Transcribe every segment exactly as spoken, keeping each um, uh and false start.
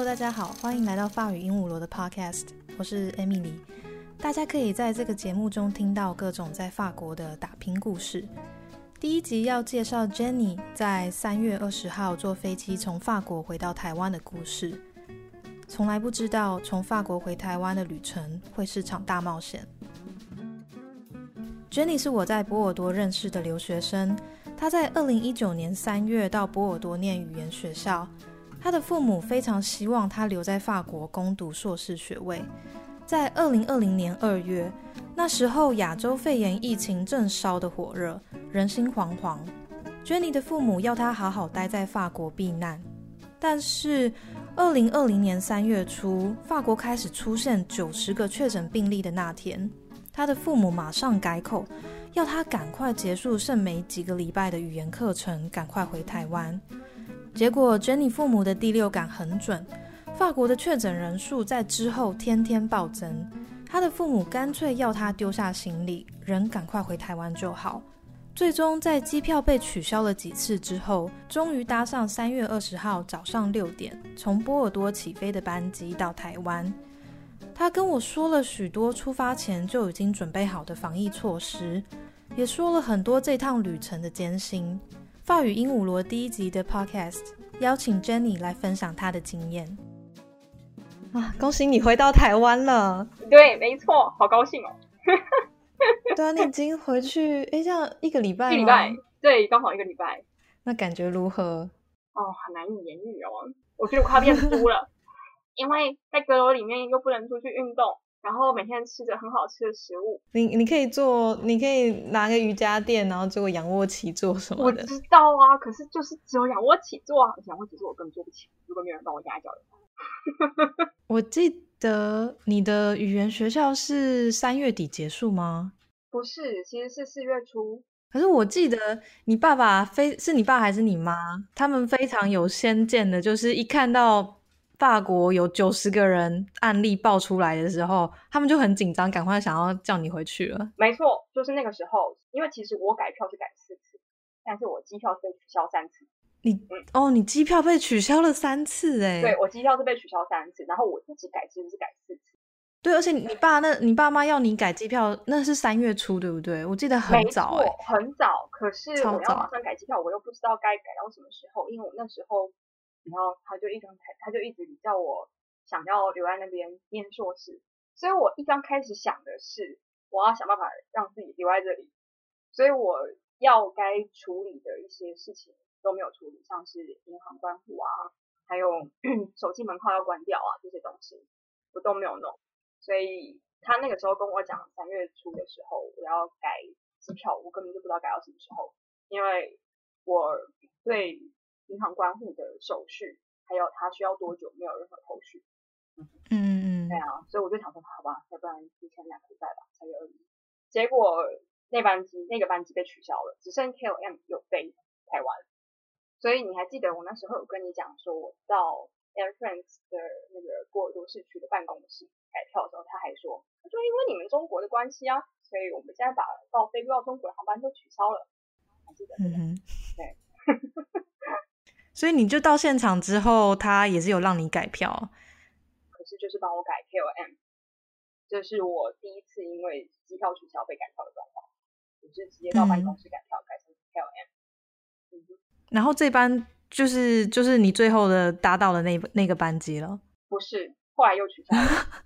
大家好，欢迎来到法语鹦鹉螺的 Podcast， 我是 Emily。大家可以在这个节目中听到各种在法国的打拼故事。第一集要介绍 Jenny 在三月二十号坐飞机从法国回到台湾的故事。从来不知道从法国回台湾的旅程会是场大冒险。Jenny 是我在波尔多认识的留学生，她在二零一九年三月到波尔多念语言学校。他的父母非常希望他留在法国攻读硕士学位。在二零二零年二月，那时候亚洲肺炎疫情正烧得火热，人心惶惶。Jenny 的父母要他好好待在法国避难，但是二零二零年三月初，法国开始出现九十个确诊病例的那天，他的父母马上改口，要他赶快结束剩没几个礼拜的语言课程，赶快回台湾。结果 Jenny 父母的第六感很准，法国的确诊人数在之后天天暴增，他的父母干脆要他丢下行李，人赶快回台湾就好。最终在机票被取消了几次之后，终于搭上三月二十号早上六点从波尔多起飞的班机到台湾。他跟我说了许多出发前就已经准备好的防疫措施，也说了很多这趟旅程的艰辛。法语鹦鹉螺第一集的 Podcast 邀请 Jenny 来分享她的经验。啊，恭喜你回到台湾了。 对，没错，好高兴哦。 对啊，你已经回去诶这样一个礼拜吗？ 一个礼拜，对，刚好一个礼拜。 那感觉如何？ 哦，很难以言喻哦。我觉得我快变猪了，因为在阁楼里面又不能出去运动，然后每天吃着很好吃的食物。 你你可以做，你可以拿个瑜伽垫，然后做仰卧起坐什么的。 我知道啊，可是就是只有仰卧起坐啊，仰卧起坐我根本做不起，如果没有人帮我压脚的话。 我记得你的语言学校是三月底结束吗？ 不是，其实是四月初。 可是我记得你爸爸非是你爸还是你妈？他们非常有先见的，就是一看到法国有九十个人案例爆出来的时候，他们就很紧张，赶快想要叫你回去了。 没错，就是那个时候，因为其实我改票是改四次，但是我机票是被取消三次。 你、嗯、哦，你机票被取消了三次哎？ 对，我机票是被取消三次，然后我自己改其实是改四次。 对，而且你爸那，你爸妈要你改机票，那是三月初，对不对？我记得很早哎、 欸，很早。可是我要马上改机票，我又不知道该改到什么时候，因为我那时候，然后他就一刚开，他就一直叫我想要留在那边念硕士，所以我一刚开始想的是，我要想办法让自己留在这里，所以我要该处理的一些事情都没有处理，像是银行关户啊，还有手机门号要关掉啊，这些东西我都没有弄。所以他那个时候跟我讲三月初的时候我要改机票，我根本就不知道改到什么时候，因为我对银行关户的手续还有他需要多久没有任何头绪。 嗯嗯， 对啊，所以我就想说好吧，要不然提前两个礼拜吧，三月二十。结果那班机那个班机被取消了，只剩 K L M 有飞台湾。所以你还记得我那时候有跟你讲说，我到 Air France 的那个波尔多市区的办公室改票的时候，他还说，他说因为你们中国的关系啊，所以我们现在把到飞到中国的航班都取消了。还记得？嗯哼，对。 所以你就到现场之后，他也是有让你改票， 可是就是帮我改 K L M， 这是我第一次因为机票取消被改票的状况，我是直接到办公室改票，嗯、改成 K L M。嗯、 然后这班就是就是你最后的搭到的那那个班机了？ 不是，后来又取消了。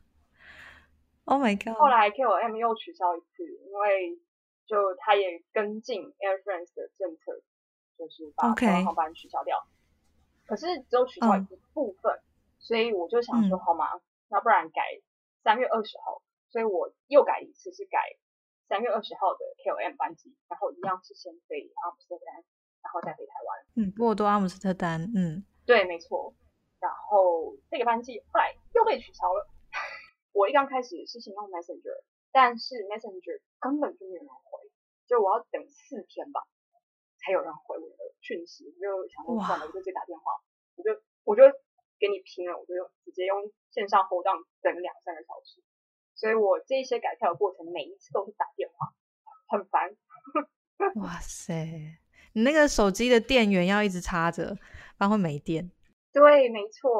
Oh my god！ 后来 K L M 又取消一次，因为就他也跟进 Air France 的政策，就是把航班取消掉。Okay. 可是只有取消一部分，嗯、所以我就想说，好嘛，那、嗯、不然改三月二十号，所以我又改一次，是改三月二十号的 K L M 班机，然后一样是先飞阿姆斯特丹，然后再飞台湾。 嗯，波尔多阿姆斯特丹，嗯， 对，没错。然后这个班机后来又被取消了。我一刚开始是先用 Messenger， 但是 Messenger 根本就没有人回，就我要等四天吧，才有人回我的讯息。我就想说算了，我就直接打电话，我就我就给你拼了，我就直接用线上 hold down 等两三个小时。所以我这些改票的过程，每一次都是打电话，很烦。 哇塞，你那个手机的电源要一直插着，不然会没电。 对，没错。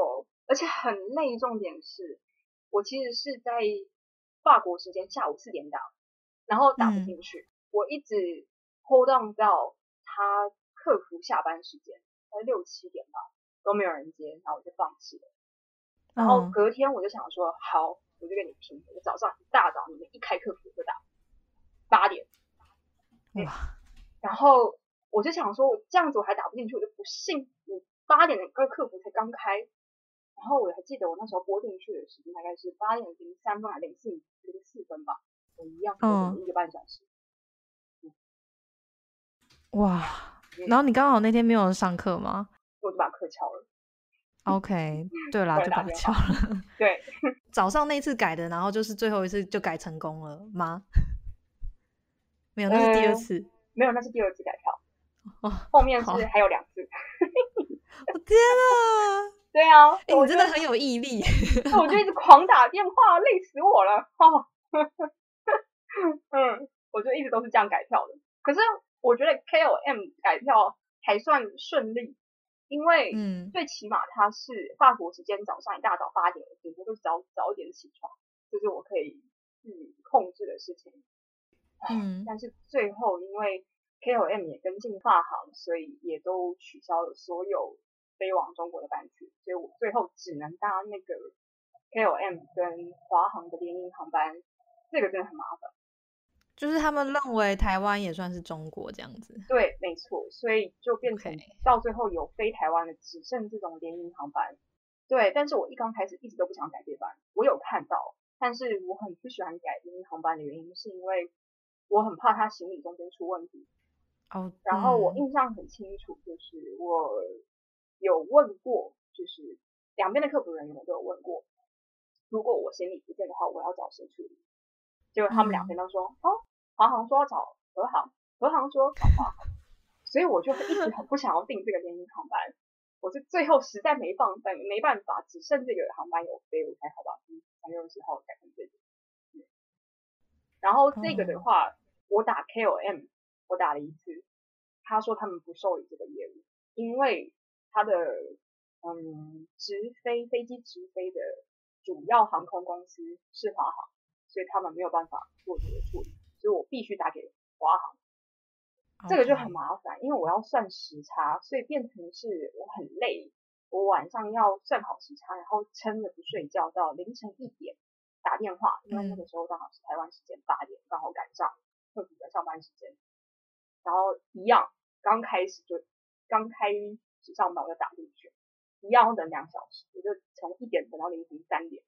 而且很累。重点是我其实是在法国时间下午四点打，然后打不进去、嗯、我一直 hold on 到他客服下班时间大概六七点吧，都没有人接，然后我就放弃了。然后隔天我就想说、嗯、好，我就跟你拼，我早上一大早你们一开客服就打八点，哇、嗯！然后我就想说，我这样子我还打不进去，我就不信你八点的客服才刚开。然后我还记得我那时候拨进去的时间大概是八点零三分还零四零四分吧，我一样等了一个半小时。 嗯嗯、哇！然后你刚好那天没有上课吗？ 我就把课敲了。 OK， 对啦，就把它敲了。 对， 早上那一次改的，然后就是最后一次就改成功了吗？没有，那是第二次。呃、 没有，那是第二次改票。哦，后面是还有两次。 我天啊！ 对啊， 欸、你真的很有毅力。 我就一直狂打电话，累死我了。哦，嗯，我就一直都是这样改票的。可是我觉得 K O M 改票还算顺利。因为最起码它是法国时间早上一大早八点，顶多就是早早点起床，这是我可以自己控制的事情。嗯，但是最后因为 K O M 也跟进法航，所以也都取消了所有飞往中国的班次，所以我最后只能搭那个 K O M 跟华航的联营航班，这个真的很麻烦。 就是他们认为台湾也算是中国这样子。 对，没错，所以就变成到最后有飞台湾的只剩这种联营航班。对，但是我一刚开始一直都不想改这班，我有看到，但是我很不喜欢改联营航班的原因是因为我很怕他行李中间出问题。 哦， 然后我印象很清楚，就是我有问过，就是两边的客服人员我都有问过，如果我行李不见的话，我要找谁处理？结果他们两边都说，嗯、哦。华航说要找和航，和航说找华航，所以我就一直很不想要订这个联营航班。我是最后实在没办法，没办法，只剩这个航班有飞，我才好吧，三月二十号改成这个。然后这个的话，我打 K O M， 我打了一次，他说他们不受理这个业务，因为他的嗯直飞飞机直飞的主要航空公司是华航，所以他们没有办法做这个处理。所以我必须打给华航， okay. 这个就很麻烦，因为我要算时差，所以变成是我很累，我晚上要算好时差，然后撑着不睡觉到凌晨一点打电话，因为那个时候刚好是台湾时间八点，刚好赶上客服的上班时间，然后一样刚开始就刚开始上班我就打进去，一样要等两小时，我就从一点等到凌晨三点。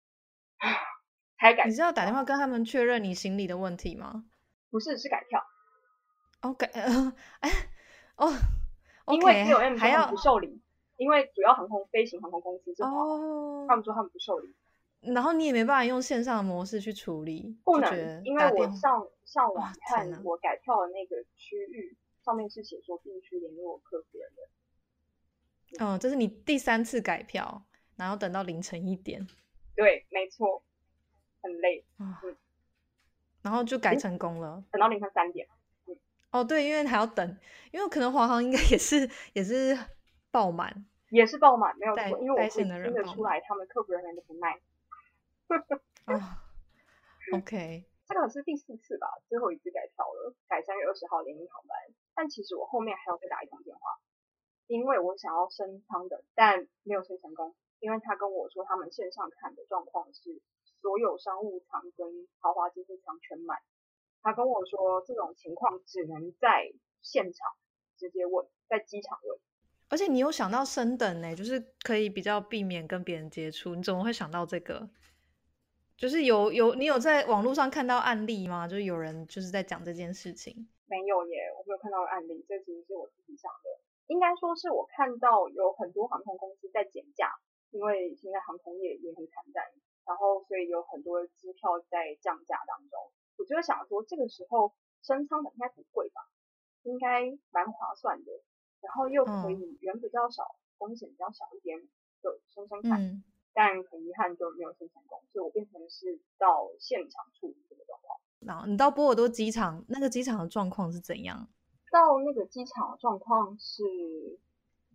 你是要打电话跟他们确认你行李的问题吗？ 不是，是改票。 哦，改呃，哎，哦， 因为 K O M 他们不受理，因为主要航空飞行航空公司是华航，哦，他们说他们不受理。 然后你也没办法用线上的模式去处理， 不能，因为我上上网看我改票的那个区域上面是写说必须联络客服人员。 嗯，这是你第三次改票，然后等到凌晨一点。 对，没错。很累、 嗯、然后就改成功了， 等到凌晨三点、 嗯。哦，对，因为还要等，因为可能华航应该也是也是爆满， 也是爆满，没有错，因为我可以听得出来他们客服人员都不耐。 哦，OK， 这个是第四次吧，最后一次改票了，改三月二十号联营航班。但其实我后面还有再打一通电话，因为我想要升舱的，但没有升成功，因为他跟我说他们线上看的状况是。所有商务舱跟豪华经济舱全满，他跟我说这种情况只能在现场直接问，在机场问。 而且你有想到升等呢，就是可以比较避免跟别人接触，你怎么会想到这个？就是有有你有在网络上看到案例吗？就是有人就是在讲这件事情？ 没有耶，我没有看到案例，这其实是我自己想的。应该说是我看到有很多航空公司在减价，因为现在航空业也很惨淡。然后，所以有很多机票在降价当中，我就会想说，这个时候升舱的应该不贵吧，应该蛮划算的，然后又可以人比较少，风险比较小一点，就升升看。嗯、但很遗憾就没有升成功，所以我变成是到现场处理这个状况。 然后你到波尔多机场，那个机场的状况是怎样？ 到那个机场的状况是，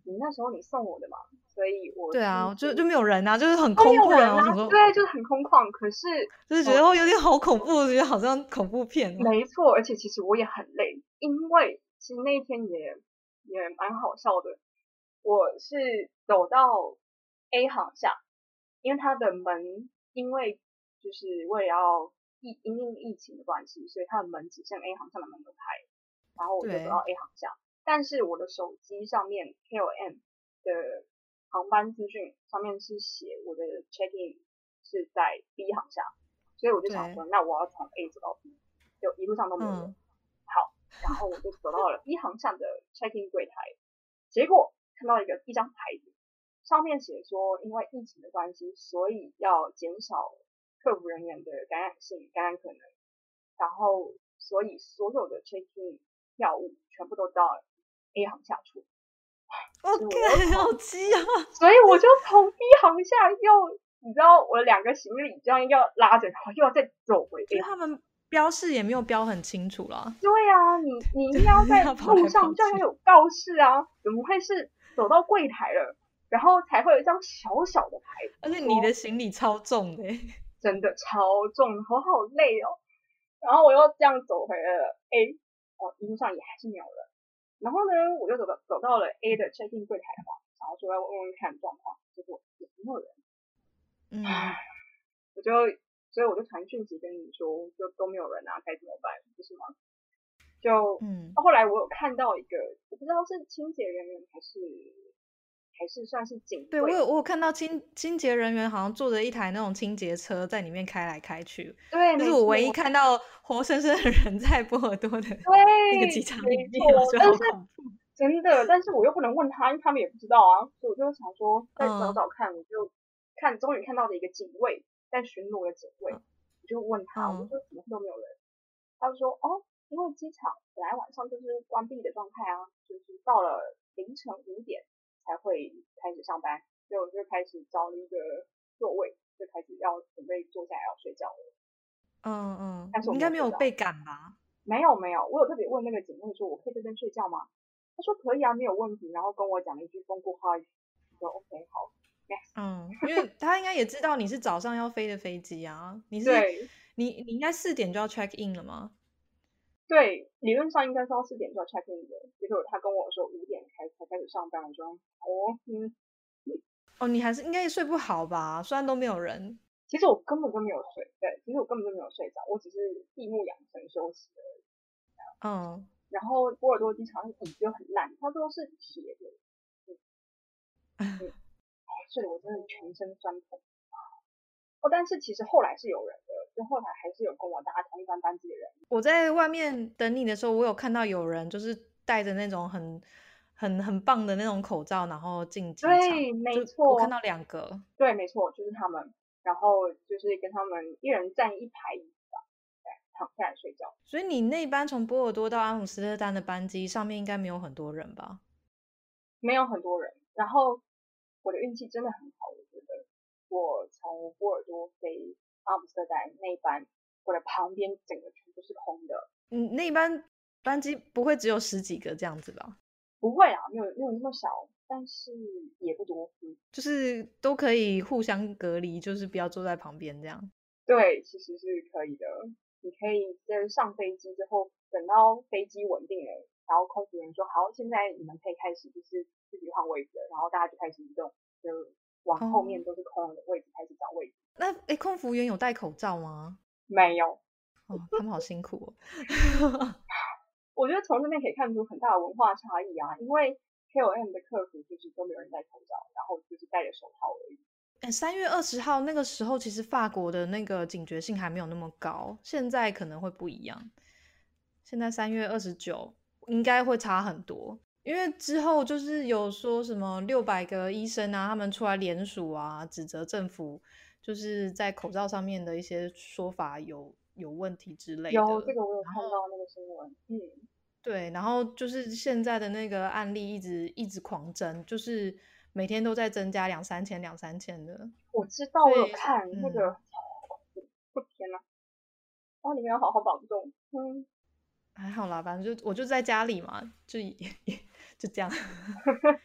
你那时候你送我的嘛，所以我对啊，就就没有人啊，就是很空旷啊，对，就是很空旷。可是就是觉得哦有点好恐怖，觉得好像恐怖片、哦。 没错，而且其实我也很累，因为其实那一天也也蛮好笑的。我是走到 A 航下，因为它的门因为就是为了要疫因应疫情的关系，所以它的门只剩 A 航上的门有开，然后我就走到 A 航下，但是我的手机上面 K L M 的航班资讯上面是写我的 check in 是在 B 航下，所以我就想说，那我要从 A 走到 B， 就一路上都没有人。嗯、好，然后我就走到了 B 航下的 check in 柜台，结果看到一个一张牌子，上面写说，因为疫情的关系，所以要减少客服人员的感染性、感染可能，然后所以所有的 check in 票务全部都到 A 航下出。 我天，好急啊！ 所以我就从 B 航下又，你知道，我两个行李这样要拉着，然后又要再走回 A 航。他们标示也没有标很清楚啦。 对啊，你你应该要在路上这样有告示啊，怎么会是走到柜台了，然后才会有一张小小的牌子？ 而且你的行李超重的， 真的超重，我好累哦。然后我又这样走回了 A， 哦，一路上也还是没有人。然后呢，我就走到走到了 A 的 check in 柜台嘛，然后说要问问看状况，结果也没有人。 嗯， 我就所以我就传讯息跟你说，就都没有人啊，该怎么办？不是吗？就嗯，后来我有看到一个，我不知道是清洁人员还是还是算是警卫。 对，我有我有看到清清洁人员好像坐着一台那种清洁车在里面开来开去。 对， 这是我唯一看到活生生的人在波尔多的那个机场里面，我觉得好恐怖。 真的，但是我又不能问他，因为他们也不知道啊，所以我就想说再找找看，嗯、我就看终于看到了一个警卫在巡逻的警卫，嗯、我就问他，我就说怎么都没有人，他就说哦，因为机场本来晚上就是关闭的状态啊，就是到了凌晨五点才会开始上班，所以我就开始找了一个座位，就开始要准备坐下来要睡觉了。 嗯嗯， 但是我应该没有被赶吧？ 没有没有，我有特别问那个警卫说，我可以在这边睡觉吗？他说可以啊，没有问题，然后跟我讲了一句风过话语，说 OK 好。 嗯，因为他应该也知道你是早上要飞的飞机啊，你是你你应该四点就要 check in 了吗？ 对，理论上应该是要四点就要 check in 的，结果他跟我说五点开才开始上班，我就哦嗯， 哦，你还是应该也睡不好吧？虽然都没有人。 其实我根本就没有睡，对，其实我根本就没有睡着，我只是闭目养神休息而已。 嗯。 然后波尔多机场椅子又很烂，它都是铁的，嗯，嗯，睡得我真的全身酸痛。哦，但是其实后来是有人的，就后来还是有跟我搭同一班班机的人。 我在外面等你的时候，我有看到有人就是戴着那种很很很棒的那种口罩，然后进机场。 对，没错， 我看到两个。 对，没错，就是他们。然后就是跟他们一人站一排椅子吧，对，躺下来睡觉。 所以你那班从波尔多到阿姆斯特丹的班机上面应该没有很多人吧？ 没有很多人。然后我的运气真的很好，我觉得我从波尔多飞阿姆斯特丹那一班，我的旁边整个全部是空的。 嗯，那一班班机不会只有十几个这样子吧？ 不会啊，没有没有那么少，但是也不多，嗯， 就是都可以互相隔离，就是不要坐在旁边这样。 对，其实是可以的。你可以在上飞机之后，等到飞机稳定了，然后空服员说好，现在你们可以开始就是自己换位置了，然后大家就开始移动，就往后面都是空的位置、哦、开始找位置。 那哎，空服员有戴口罩吗？ 没有。 哦，他们好辛苦哦。 我觉得从这边可以看出很大的文化差异啊，因为 K L M 的客服就是都没有人戴口罩，然后就是戴着手套而已。 哎，三月二十号那个时候，其实法国的那个警觉性还没有那么高，现在可能会不一样。现在三月二十九应该会差很多，因为之后就是有说什么六百个医生啊，他们出来联署啊，指责政府就是在口罩上面的一些说法有有问题之类的。 有这个我有看到那个新闻，嗯， 对，然后就是现在的那个案例一直一直狂增，就是每天都在增加两三千两三千的。 我知道，我有看、嗯、那个，我天哪，哇，你们要好好保重。嗯， 还好啦，反正就我就在家里嘛，就也就这样。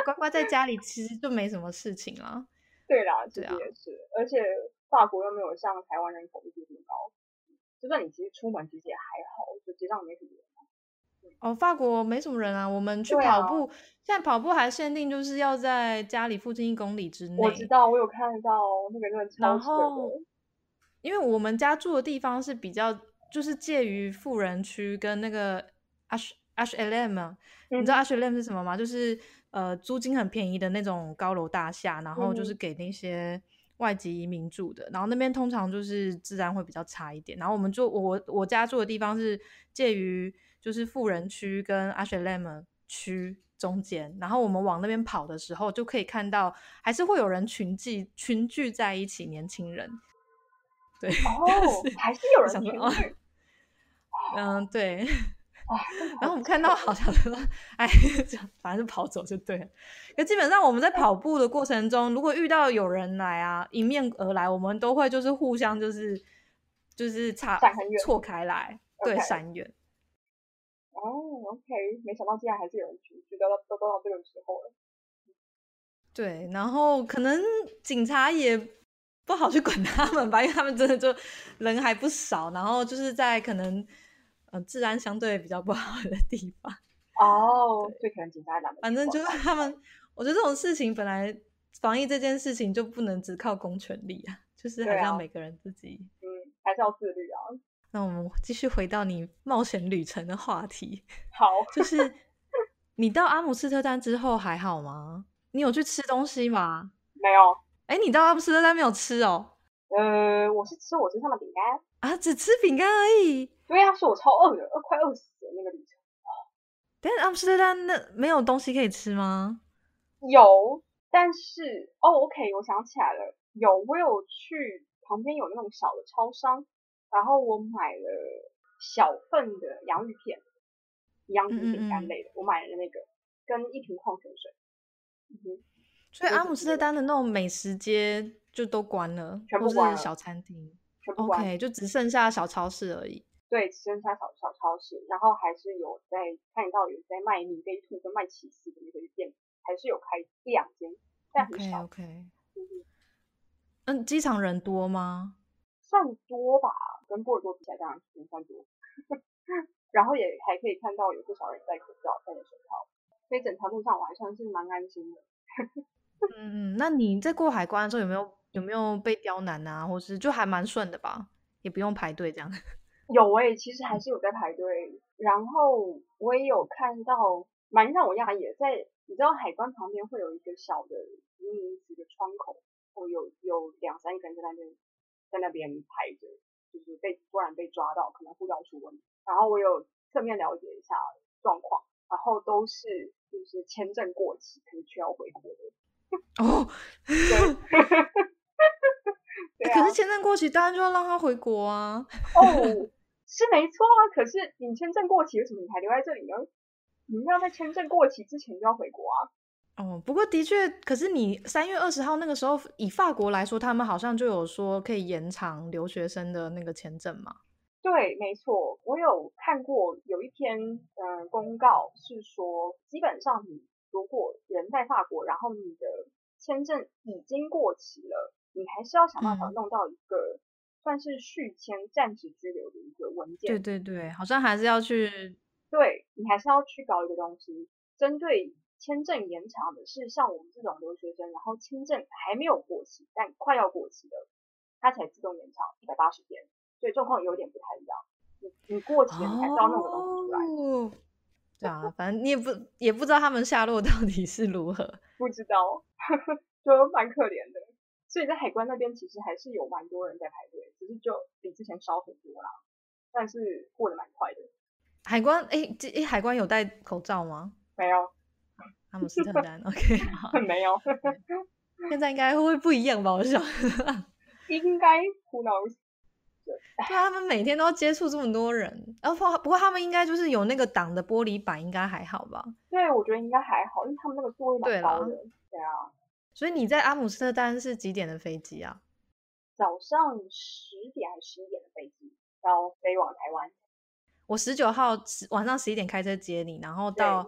乖乖在家里其实就没什么事情啦。 对啦，其实也是，啊、而且法国又没有像台湾人口密度这么高，就算你其实出门其实也还好，就街上没什么人。 哦，法国没什么人啊，我们去跑步，啊、现在跑步还限定就是要在家里附近一公里之内。 我知道，我有看到那个真的超扯的。 因为我们家住的地方是比较就是介于富人区跟那个 H H L M 啊，嗯、你知道 H L M 是什么吗？就是呃租金很便宜的那种高楼大厦，然后就是给那些外籍移民住的，然后那边通常就是治安会比较差一点。然后我们住我我家住的地方是介于就是富人区跟 H L M 区中间，然后我们往那边跑的时候就可以看到还是会有人群聚群聚在一起，年轻人。对哦，还是有人群聚。 嗯，对。然后我们看到好像说，哎，反正跑走就对了。可基本上我们在跑步的过程中，如果遇到有人来啊，迎面而来，我们都会就是互相就是就是差错开来，对，闪远。 哦 ，OK， 没想到竟然还是有人群聚，都都都到这个时候了。 对，然后可能警察也不好去管他们吧，因为他们真的就人还不少，然后就是在可能呃治安相对比较不好的地方。 哦，所以可能警察懒得。 反正就是他们，我觉得这种事情本来防疫这件事情就不能只靠公权力啊，就是还是要每个人自己， 啊、嗯，还是要自律啊。 那我们继续回到你冒险旅程的话题。 好， 就是你到阿姆斯特丹之后还好吗？你有去吃东西吗？ 没有。 哎，你到阿姆斯特丹没有吃哦？ 呃，我是吃我身上的饼干啊，只吃饼干而已。 对啊，是我超饿的，快饿死了那个旅程。 但是阿姆斯特丹那没有东西可以吃吗？ 有，但是哦 ，OK， 我想起来了，有，我有去旁边有那种小的超商，然后我买了小份的洋芋片，一样是饼干类的，嗯嗯嗯我买了那个跟一瓶矿泉水。嗯哼， 所以阿姆斯特丹的那种美食街就都关了， 全部关了， 或是小餐厅全部关 ，OK， 就只剩下小超市而已。 对，只剩下小小超市，然后还是有在看到有在卖米菲兔跟卖起司的那个店，还是有开一两间，但很少。 OK OK。嗯，机场人多吗？ 算多吧，跟波尔多比起来当然也算多。然后也还可以看到有不少人戴口罩、戴着手套，所以整条路上我还算是蛮安心的。 嗯嗯，那你在过海关的时候有没有有没有被刁难啊，或是就还蛮顺的吧？也不用排队这样。 有诶、欸，其实还是有在排队。然后我也有看到蛮让我讶异的，在你知道海关旁边会有一个小的移民局的窗口，哦，有有两三个人在那边在那边排着，就是被突然被抓到，可能护照出问题。然后我有侧面了解一下状况，然后都是就是签证过期，可能需要回国的。 哦， 对。 对啊、可是签证过期当然就要让他回国啊。 哦，是没错啊，可是你签证过期，为什么你还留在这里呢？你们要在签证过期之前就要回国啊。 哦，不过的确，可是你三月二十号那个时候，以法国来说，他们好像就有说可以延长留学生的那个签证嘛。 对，没错，我有看过有一篇呃公告是说，基本上你如果人在法国，然后你的签证已经过期了，你还是要想办法弄到一个、嗯、算是续签、暂时居留的一个文件。 对对对，好像还是要去， 对你还是要去搞一个东西，针对签证延长的是像我们这种留学生，然后签证还没有过期，但快要过期了，它才自动延长一百八十天。所以状况有点不太一样，你你过期了，你还是要弄个东西出来。 哦，对啊，反正你也不也不知道他们下落到底是如何， 不知道，就蛮可怜的。所以在海关那边其实还是有蛮多人在排队，只是就比之前少很多啦，但是过得蛮快的。 海关哎哎，海关有戴口罩吗？ 没有。 阿姆斯特丹OK 好， 没有。 现在应该会不一样吧？我想应该 who knows。 对啊，他们每天都要接触这么多人，然后不过他们应该就是有那个挡的玻璃板，应该还好吧？ 对，我觉得应该还好，因为他们那个座位蛮高的。对啊。 所以你在阿姆斯特丹是几点的飞机啊？ 早上十点还是十一点的飞机，要飞往台湾。 我十九号晚上十一点开车接你，然后到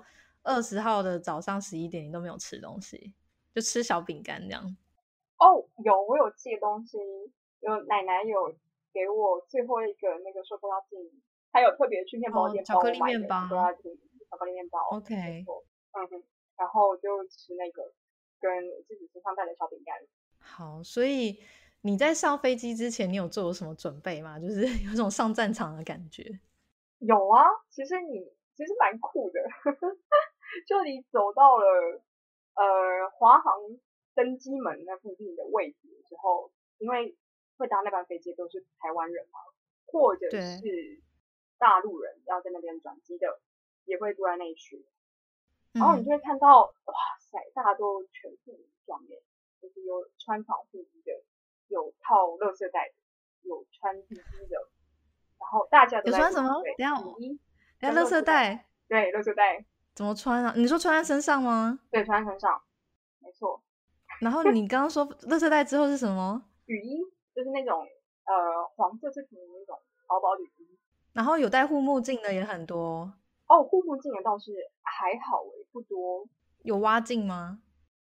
二十号的早上十一点你都没有吃东西，就吃小饼干这样？ 哦，有，我有寄东西，有奶奶有给我最后一个那个说不要进，还有特别去面包店帮我买的说不要进巧克力面包 ，OK， 嗯哼，然后就吃那个跟自己身上带的小饼干。 好，所以你在上飞机之前，你有做什么准备吗？就是有种上战场的感觉。 有啊，其实你其实蛮酷的，就你走到了呃华航登机门那附近的位置之后，因为会搭那班飞机都是台湾人嘛，或者是大陆人要在那边转机的，也会坐在那一区。然后你就会看到，哇塞，大家都全副武装耶，就是有穿防护衣的，有套垃圾袋的，有穿皮衣的，然后大家都在有穿什么？等下雨衣， 等下垃圾袋， 对，垃圾袋怎么穿啊？你说穿在身上吗？ 对，穿在身上，没错。 然后你刚刚说垃圾袋之后是什么？ 雨衣，就是那种呃黄色是挺那种薄薄的雨衣。 然后有戴护目镜的也很多。 哦，护目镜的倒是还好诶，不多。 有蛙镜吗？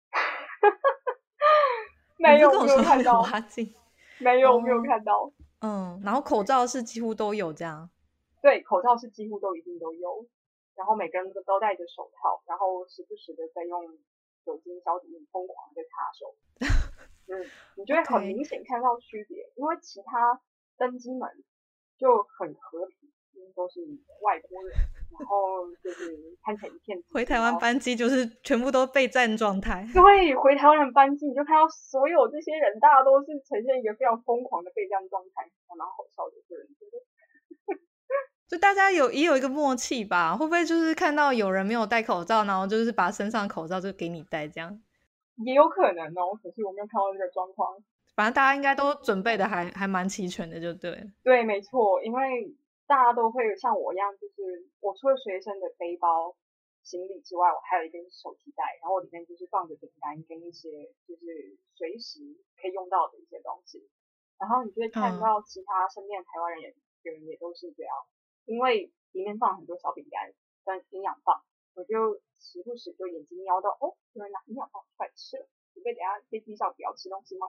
没有，没有看到。 蛙镜没有，没有看到。 嗯，然后口罩是几乎都有这样。 对，口罩是几乎都一定都有，然后每个人都都戴着手套，然后时不时的在用酒精消毒液疯狂的擦手。嗯，你就会很明显看到区别， okay. 因为其他登机门就很和平，因为都是外国人，然后就是看起来一片。 回台湾班机就是全部都备战状态。 对，回台湾人班机你就看到所有这些人，大家都是呈现一个非常疯狂的备战状态，还蛮好笑的，个人觉得。 就大家有也有一个默契吧，会不会就是看到有人没有戴口罩，然后就是把身上口罩就给你戴这样？ 也有可能哦，可是我没有看到这个状况。 反正大家应该都准备的还还蛮齐全的，就对了。 对，没错，因为大家都会像我一样，就是我除了随身的背包行李之外，我还有一个手提袋，然后里面就是放着饼干跟一些就是随时可以用到的一些东西。然后你就会看到其他身边的台湾人也人也都是这样，因为里面放很多小饼干跟营养棒，我就时不时就眼睛瞄到，哦，有人拿营养棒出来吃了，准备等下飞机上不要吃东西吗？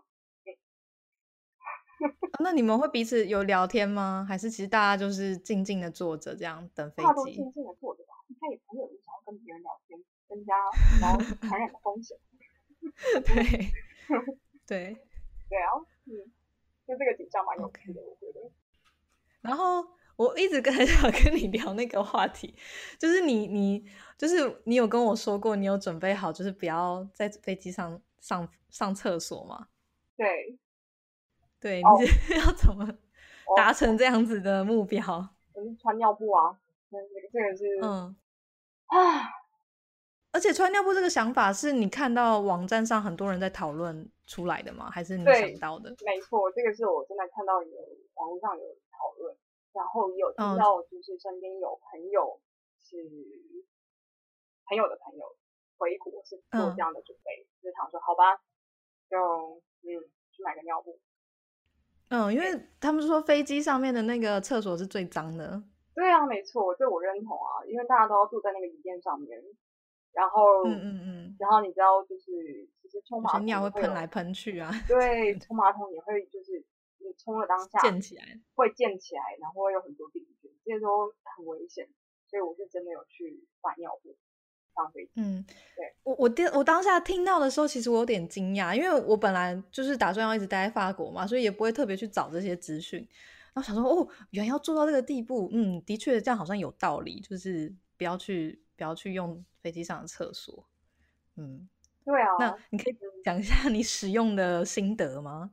那你们会彼此有聊天吗？还是其实大家就是静静的坐着这样等飞机？ 大家都静静的坐着吧，应该也不会有人想要跟别人聊天，增加然后传染的风险。 对对对啊，嗯，就这个景象蛮有趣的， okay. 我觉得。 然后我一直很想跟你聊那个话题，就是你你就是你有跟我说过，你有准备好就是不要在飞机上上上厕所吗？ 对。 对，你是要怎么达成这样子的目标？ 我是穿尿布啊，这个这个是嗯啊， 而且穿尿布这个想法是你看到网站上很多人在讨论出来的吗？还是你想到的？ 没错，这个是我真的看到有网络上有讨论，然后也有听到就是身边有朋友是、嗯、朋友的朋友回国是做这样的准备，嗯、就是想说好吧，就嗯去买个尿布。 嗯，因为他们说飞机上面的那个厕所是最脏的。 对啊，没错，这我认同啊，因为大家都要坐在那个椅垫上面，然后嗯嗯嗯， 然后你知道就是其实冲马桶尿会喷来喷去啊。 对，冲马桶也会就是你冲了当下溅起来， 会溅起来，然后会有很多病菌，这些都很危险，所以我是真的有去买尿布。 嗯， 对， 我我我当下听到的时候，其实我有点惊讶，因为我本来就是打算要一直待在法国嘛，所以也不会特别去找这些资讯。然后想说，哦，原来要做到这个地步，嗯，的确这样好像有道理，就是不要去不要去用飞机上的厕所。嗯， 对啊。 那你可以讲一下你使用的心得吗？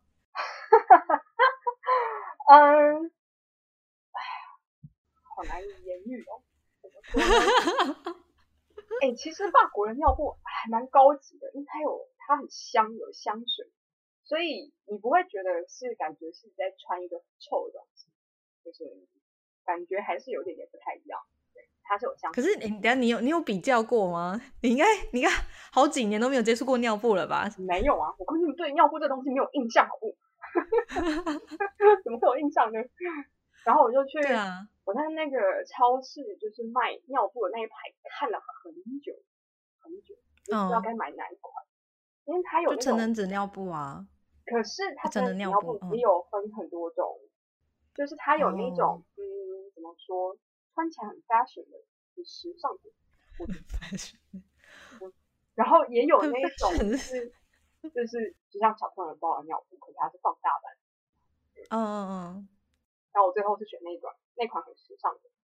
嗯，哎呀，好难以言喻哦。怎么说呢？哎、欸，其实法国的尿布还蛮高级的，因为它有它很香，有香水，所以你不会觉得是感觉是在穿一个很臭的东西，就是感觉还是有点点不太一样。对，它是有香水。 可是你等下你有你有比较过吗？你应该你看好几年都没有接触过尿布了吧？ 没有啊，我根本对尿布这东西没有印象，好不？怎么会有印象呢？然后我就去， 对啊， 我在那个超市就是卖尿布的那一排看了很久， 很久，就不知道该买哪一款，因为它有那种就成人纸尿布啊。 可是它成人尿布也有分很多种，嗯、就是它有那种、 哦、 嗯，怎么说，穿起来很 fashion 的，很时尚的，我觉得，嗯，然后也有那种就是就是就像小朋友包的尿布，可是它是放大版。 嗯嗯嗯。 然后我最后是选那一款，那款很时尚的。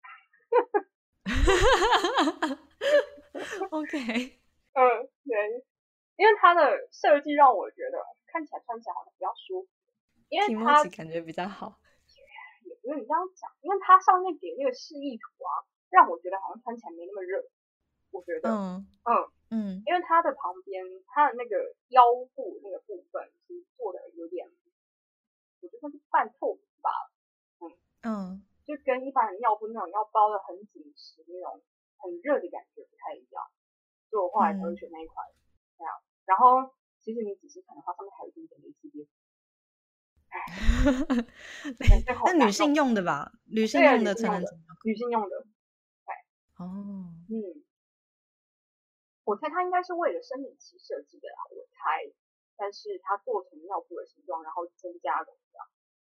OK。 嗯，对，因为它的设计让我觉得看起来穿起来好像比较舒服，因为它感觉比较好。 也不是你这样讲，因为它上面给那个示意图啊，让我觉得好像穿起来没那么热。我觉得， 嗯嗯嗯， 因为它的旁边，它的那个腰部那个部分是做的有点，我觉得是半透明吧，嗯嗯， 就跟一般的尿布那种要包的很紧实那种很热的感觉不太一样，所以我后来才会选那一款。这样，然后其实你仔细看的话，上面还有一点点蕾丝边。 那女性用的吧？女性用的成人纸， 女性用的。对， 哦， 嗯，我猜它应该是为了生理期设计的啦，我猜。但是它做成尿布的形状，然后增加容量。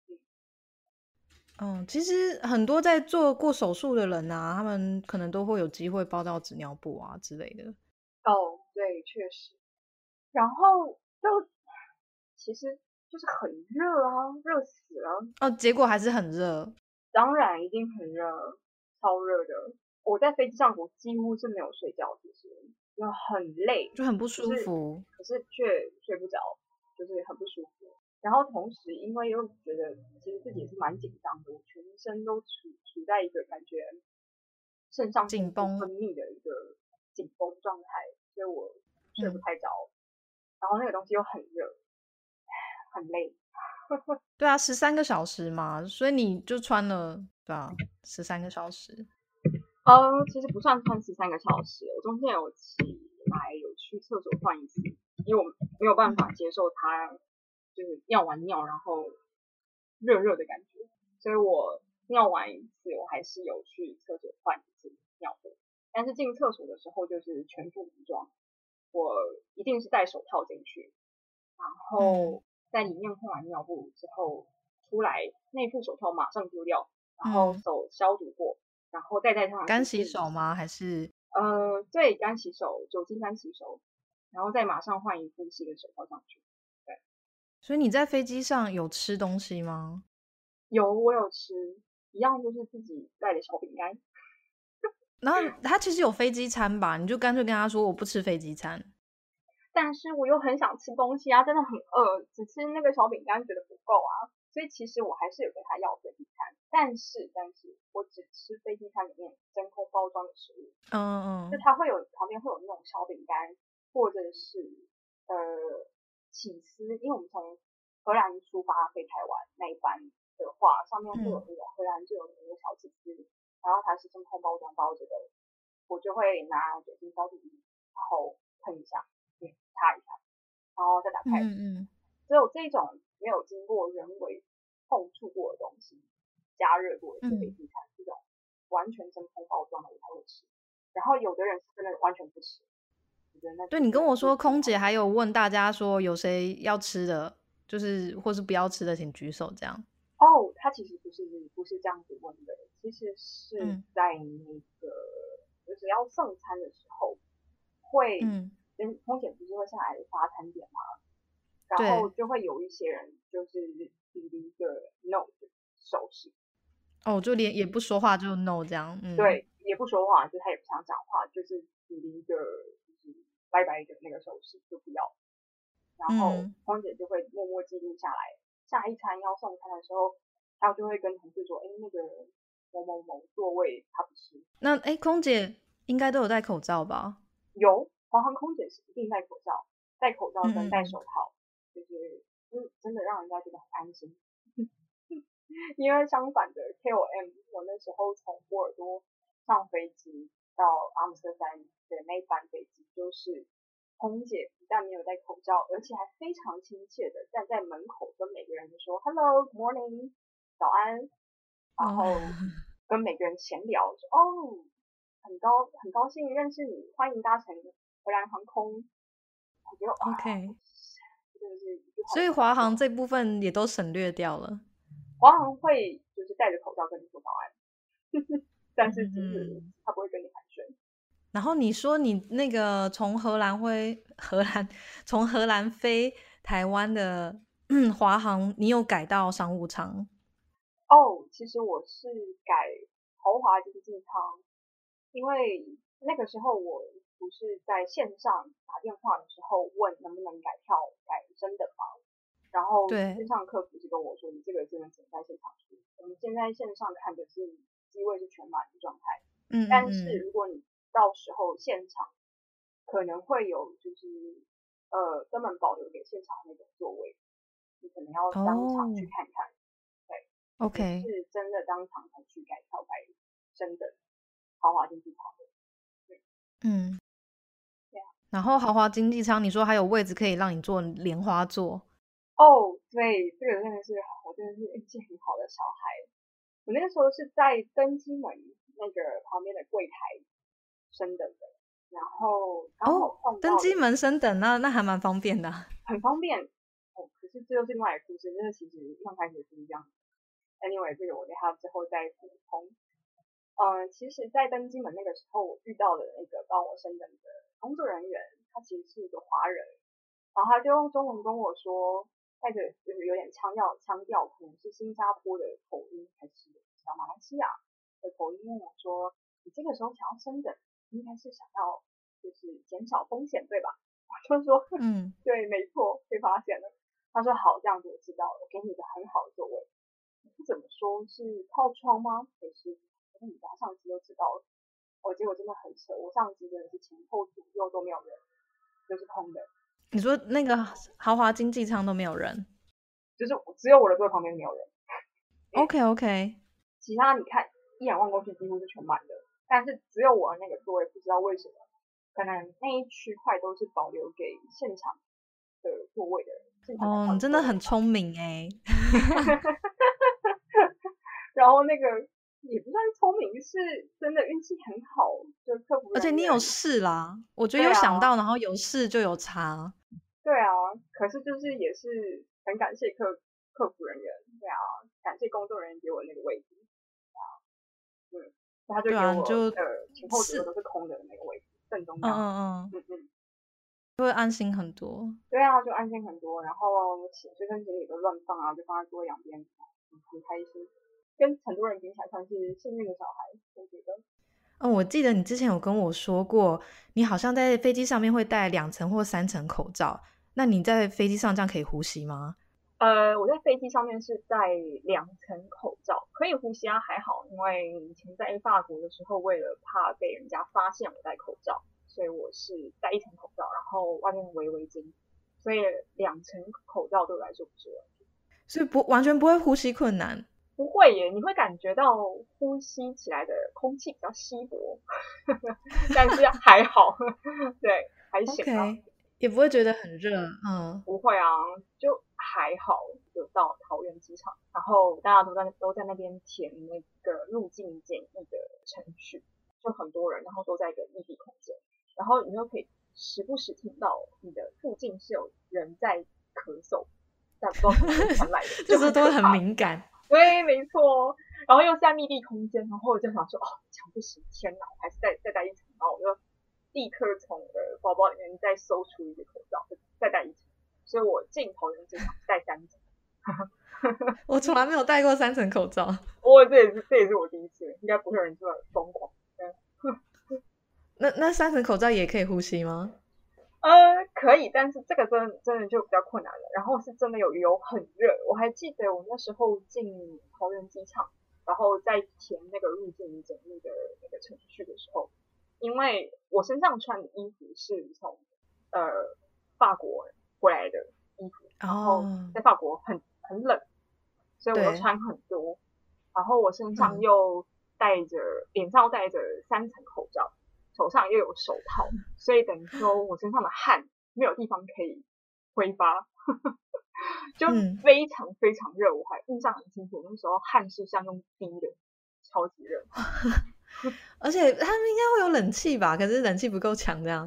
嗯，其实很多在做过手术的人啊，他们可能都会有机会包到纸尿布啊之类的。 哦，对，确实。然后就其实就是很热啊，热死了。 哦，结果还是很热。 当然一定很热，超热的。我在飞机上我几乎是没有睡觉，其实因为很累， 就很不舒服， 可是却睡不着，就是很不舒服。然后同时因为又觉得其实自己也是蛮紧张的，我全身都处处在一个感觉肾上腺素分泌的一个紧绷状态，所以我睡不太着。嗯、然后那个东西又很热，很累。 对啊，十三个小时嘛，所以你就穿了，对啊，十三个小时。 呃，其实不算穿十三个小时，我中间有起来有去厕所换一次，因为我没有办法接受它就是尿完尿然后热热的感觉，所以我尿完一次我还是有去厕所换一次尿布，但是进厕所的时候就是全副武装，我一定是戴手套进去，然后在里面换完尿布之后出来，那副手套马上丢掉，然后手消毒过。然后再戴上干洗手吗？还是呃，对，干洗手，酒精干洗手，然后再马上换一副新的手套上去。对， 所以你在飞机上有吃东西吗？ 有，我有吃，一样就是自己带的小饼干。 然后他其实有飞机餐吧，你就干脆跟他说我不吃飞机餐。 但是我又很想吃东西啊，真的很饿，只吃那个小饼干觉得不够啊，所以其实我还是有跟他要飞机餐，但是但是我只吃飞机餐里面真空包装的食物， 嗯嗯， 就它会有旁边会有那种小饼干，或者是呃起司，因为我们从荷兰出发飞台湾那一班的话，上面会有那种荷兰最有名的小起司，然后它是真空包装包着的，我就会拿酒精消毒液，然后喷一下。嗯，擦一下，然后再打开。嗯嗯，只有这种没有经过人为碰触过的东西，加热过的飞机餐，这种完全真空包装的我才会吃。然后有的人是真的完全不吃。 对，你跟我说空姐还有问大家说有谁要吃的，就是或是不要吃的请举手这样。 哦，他其实不是不是这样子问的，其实是在那个、嗯、就是要送餐的时候会。嗯，跟空姐不是会下来发餐点吗？然后就会有一些人就是比一个 no 的手势。 哦，就连也不说话就 no 这样。嗯， 对，也不说话，就他也不想讲话，就是比一个就是拜拜的那个手势就不要。然后空姐就会默默记录下来，下一餐要送餐的时候，他就会跟同事说：“哎，那个某某某座位他不吃。” 那哎，空姐应该都有戴口罩吧？ 有，华航空姐是一定戴口罩，戴口罩跟戴手套，嗯、就是嗯，真的让人家觉得很安心。因为相反的 K O M， 我那时候从波尔多上飞机到阿姆斯特丹的那班飞机，就是空姐不但没有戴口罩，而且还非常亲切的站在门口跟每个人说 Hello Good Morning 早安，然后跟每个人闲聊说哦。很高很高兴认识你，欢迎搭乘荷兰航空，我觉得 OK， 真的是， 所以华航这部分也都省略掉了。 华航会就是戴着口罩跟你说早安，但是就是他不会跟你寒暄。 然后你说你那个从荷兰飞荷兰从荷兰飞台湾的华航，你有改到商务舱？ 哦，其实我是改豪华经济舱，因为那个时候我不是在线上打电话的时候问能不能改票改升等吗？然后线上客服就跟我说，你这个真的只能在现场去。我们现在线上看的是机位是全满的状态， 嗯， 但是如果你到时候现场可能会有就是呃根本保留给现场那种座位，你可能要当场去看看。 哦、对 ，OK， 是真的当场才去改票改升等豪华经济舱的。 嗯，对啊。然后豪华经济舱，你说还有位置可以让你坐莲花座。 哦，对，这个真的是我真的是运气很好的小孩。我那个时候是在登机门那个旁边的柜台升等的，然后刚好碰到、哦、 登机门升等，那那还蛮方便的， 很方便。哦，可是这又是另外一个故事，这个其实刚开始不一样。Anyway， 这个我等下之后再补充。嗯，其实，在登机门那个时候，我遇到的那个帮我升等的工作人员，他其实是一个华人，然后他就用中文跟我说，带着就是有点腔调，腔调可能是新加坡的口音，还是小马来西亚的口音，问我说，你这个时候想要升等，应该是想要就是减少风险，对吧？我就说，嗯，对，没错，被发现了。他说好，这样子我知道了，我给你一个很好的座位。是怎么说？是靠窗吗？还是？你家上机就知道了。哦，结果真的很扯，我上机真的是前后左右都没有人，就是空的。 你说那个豪华经济舱都没有人？ 就是只有我的座位旁边没有人。 OK OK。 其他你看一眼望过去几乎是全满的，但是只有我的那个座位不知道为什么，可能那一区块都是保留给现场的座位的人。 哦，你真的很聪明哎。 然后那个。也不算聪明，是真的运气很好，就客服人员。 而且你有试啦，我觉得有想到，啊、然后有试就有差。 对啊，可是就是也是很感谢客客服人员，对啊，感谢工作人员给我那个位置，啊，嗯，他就给我就呃前后左右都是空的那个位置，正中央， 嗯嗯嗯嗯， 就会安心很多。 对啊，就安心很多，然后随身行李都乱放啊，就放在座位两边，很开心。跟很多人比起来算是幸运的小孩，我觉得。 嗯，我记得你之前有跟我说过，你好像在飞机上面会戴两层或三层口罩。那你在飞机上这样可以呼吸吗？ 呃，我在飞机上面是戴两层口罩，可以呼吸啊，还好。因为以前在法国的时候，为了怕被人家发现我戴口罩，所以我是戴一层口罩，然后外面围围巾，所以两层口罩对我来说不是问题。 所以不完全不会呼吸困难。 不会耶，你会感觉到呼吸起来的空气比较稀薄，但是还好，对，还行啊。 Okay. 也不会觉得很热，嗯， 不会啊，就还好。就到桃园机场，然后大家都在都在那边填那个入境检疫的程序，就很多人，然后都在一个密闭空间，然后你又可以时不时听到你的附近是有人在咳嗽，但不知道从哪里传来的， 就是都很敏感。 对，没错，然后又在密闭空间，然后我就想说，哦，这样不行，天哪，我还是再再戴一层，然后我就立刻从我的包包里面再搜出一个口罩，再戴一层，所以我进桃园机场戴三层。 我从来没有戴过三层口罩， 我这也是这也是我第一次，应该不会有人这么疯狂。 那那三层口罩也可以呼吸吗？ 呃，可以，但是这个真的真的就比较困难了。然后是真的有有很热，我还记得我那时候进桃园机场，然后在填那个入境检疫的那个程序的时候，因为我身上穿的衣服是从呃法国回来的衣服，然后在法国很很冷，所以我都穿很多，然后我身上又戴着、嗯、脸上又戴着三层口罩。手上又有手套，所以等于说我身上的汗没有地方可以挥发，就非常非常热。我还印象很清楚，那时候汗是像用滴的，超级热。 而且他们应该会有冷气吧？可是冷气不够强，这样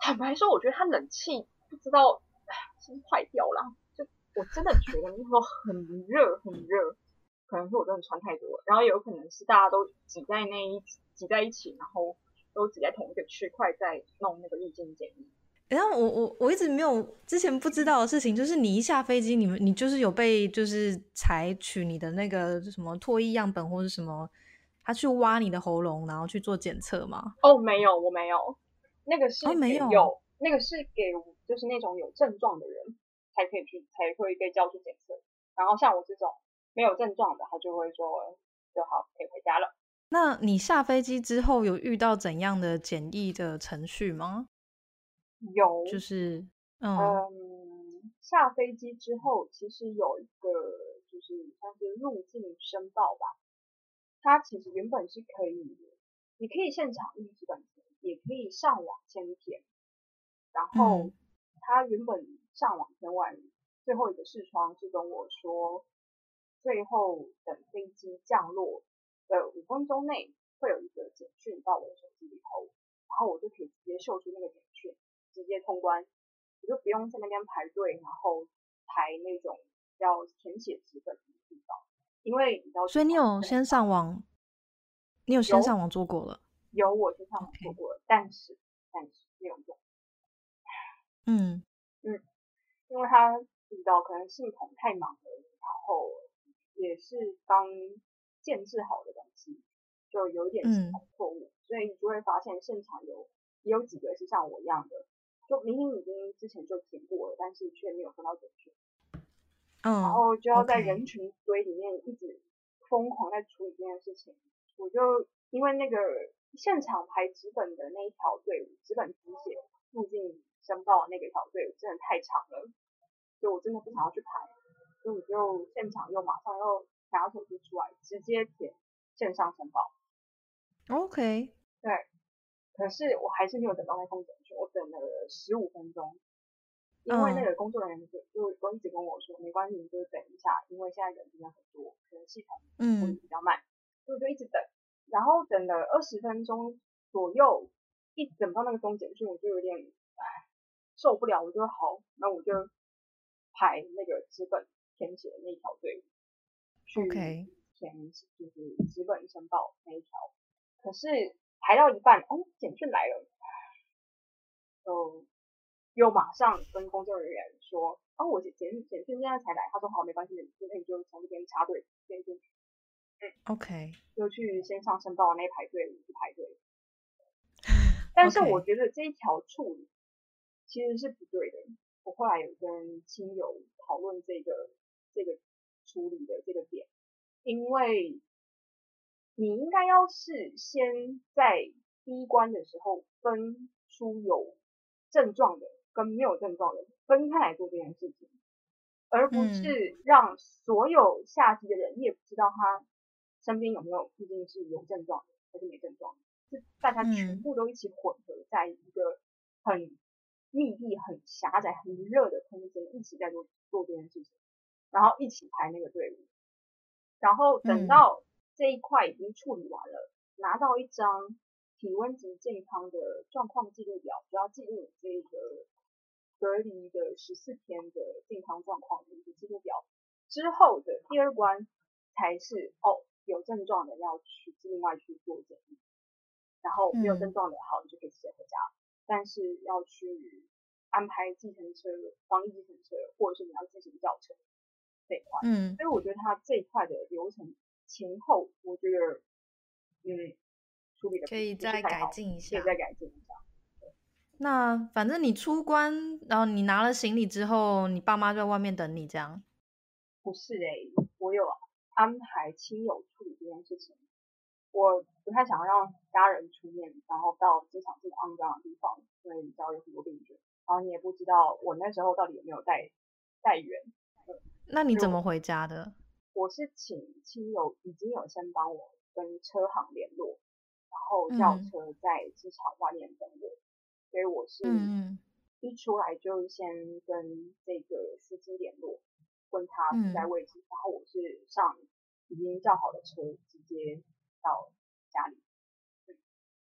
坦白说，我觉得它冷气不知道是不是坏掉了，就我真的觉得那时候很热很热，可能是我真的穿太多了，然后也有可能是大家都挤在那一挤在一起，然后都挤在同一个区块在弄那个入境检疫。 然后我我我一直没有之前不知道的事情，就是你一下飞机，你们你就是有被就是采取你的那个什么唾液样本或者什么，他去挖你的喉咙，然后去做检测吗？ 哦，没有，我没有，那个是哦，没有， 有那个是给就是那种有症状的人才可以去才会被叫去检测，然后像我这种没有症状的，他就会说就好可以回家了。 那你下飞机之后有遇到怎样的检疫的程序吗？ 有， 就是嗯嗯，下飞机之后其实有一个就是像是入境申报吧，它其实原本是可以，你可以现场预纸本填，也可以上网先填，然后嗯他原本上网填完最后一个视窗是跟我说，最后等飞机降落的五分钟内会有一个简讯到我的手机里头，然后我就可以直接秀出那个简讯，直接通关，我就不用在那边排队，然后排那种要填写纸本的地方，因为你知道， 所以你有先上网，你有先上网做过了？ 有我去上网做过了，但是但是没有用。 嗯嗯，因为他不知道可能系统太忙了，然后也是刚建制好的东西，就有一点系嗯统错误，所以你就会发现现场有也有几个是像我一样的，就明明已经之前就填过了，但是却没有收到简讯，然嗯后就要在 ，OK， 人群堆里面一直疯狂在处理这件事情。我就因为那个现场排纸本的那一条队伍，纸本填写入境申报那个条队伍真的太长了，所以我真的不想要去排，所以我就现场又马上又拿手机出来，直接填线上申报。 OK， 对，可是我还是没有等到那封简讯，我等了十五分钟，因为那嗯个工作人员就就就一直跟我说，没关系，你就等一下，因为现在人真的很多，可能系统处理嗯比较慢，所以我就一直等，然后等了二十分钟左右，一等到那个封简讯，我就有点受不了，我就好，那我就排那个纸本填写的那一条队伍去 ，OK， 填，就是纸本申报那一条，可是排到一半，哦，简讯来了，就又马上跟工作人员说，哦，我简简简讯现在才来，他说好，没关系，那你就从这边插队先进去，嗯 OK， 就去线上申报那一排队伍去排队，但是我 OK， 觉得这一条处理其实是不对的。我后来有跟亲友讨论这个这个处理的这个点，因为你应该要是先在第一关的时候分出有症状的跟没有症状的分开来做这件事情，而不嗯是让所有下机的人你也不知道他身边有没有毕竟是有症状的还是没症状的，是大家全嗯部都一起混合在一个很密闭、很狭窄、很热的空间，一起在做做这件事情，然后一起排那个队伍，然后等嗯到这一块已经处理完了，拿到一张体温及健康的状况记录表，就要记录这个隔离的十四天的健康状况的一个记录表。之后的第二关才是哦，有症状的要去另外去做检疫，然后没有症嗯状的好，你就可以直接回家。但是要去安排计程车、防疫计程车，或者是你要自行叫车这一块。 嗯， 所以我觉得它这一块的流程前后，我觉得嗯处理的可以不是再改太好， 进一下。 可以再改进一下。 那反正你出关，然后你拿了行李之后，你爸妈就在外面等你，这样？ 不是诶、欸，我有安排亲友处理这件事情。我不太想要让家人出面，然后到机场这么肮脏的地方，因为你知道有很多病菌，然后你也不知道我那时候到底有没有带带源。 那你怎么回家的？ 我是请亲友已经有先帮我跟车行联络，然后叫嗯车在机场外面等我，所以我是嗯一出来就先跟这个司机联络，问他嗯嗯在位置，然后我是上已经叫好的车直接到家里。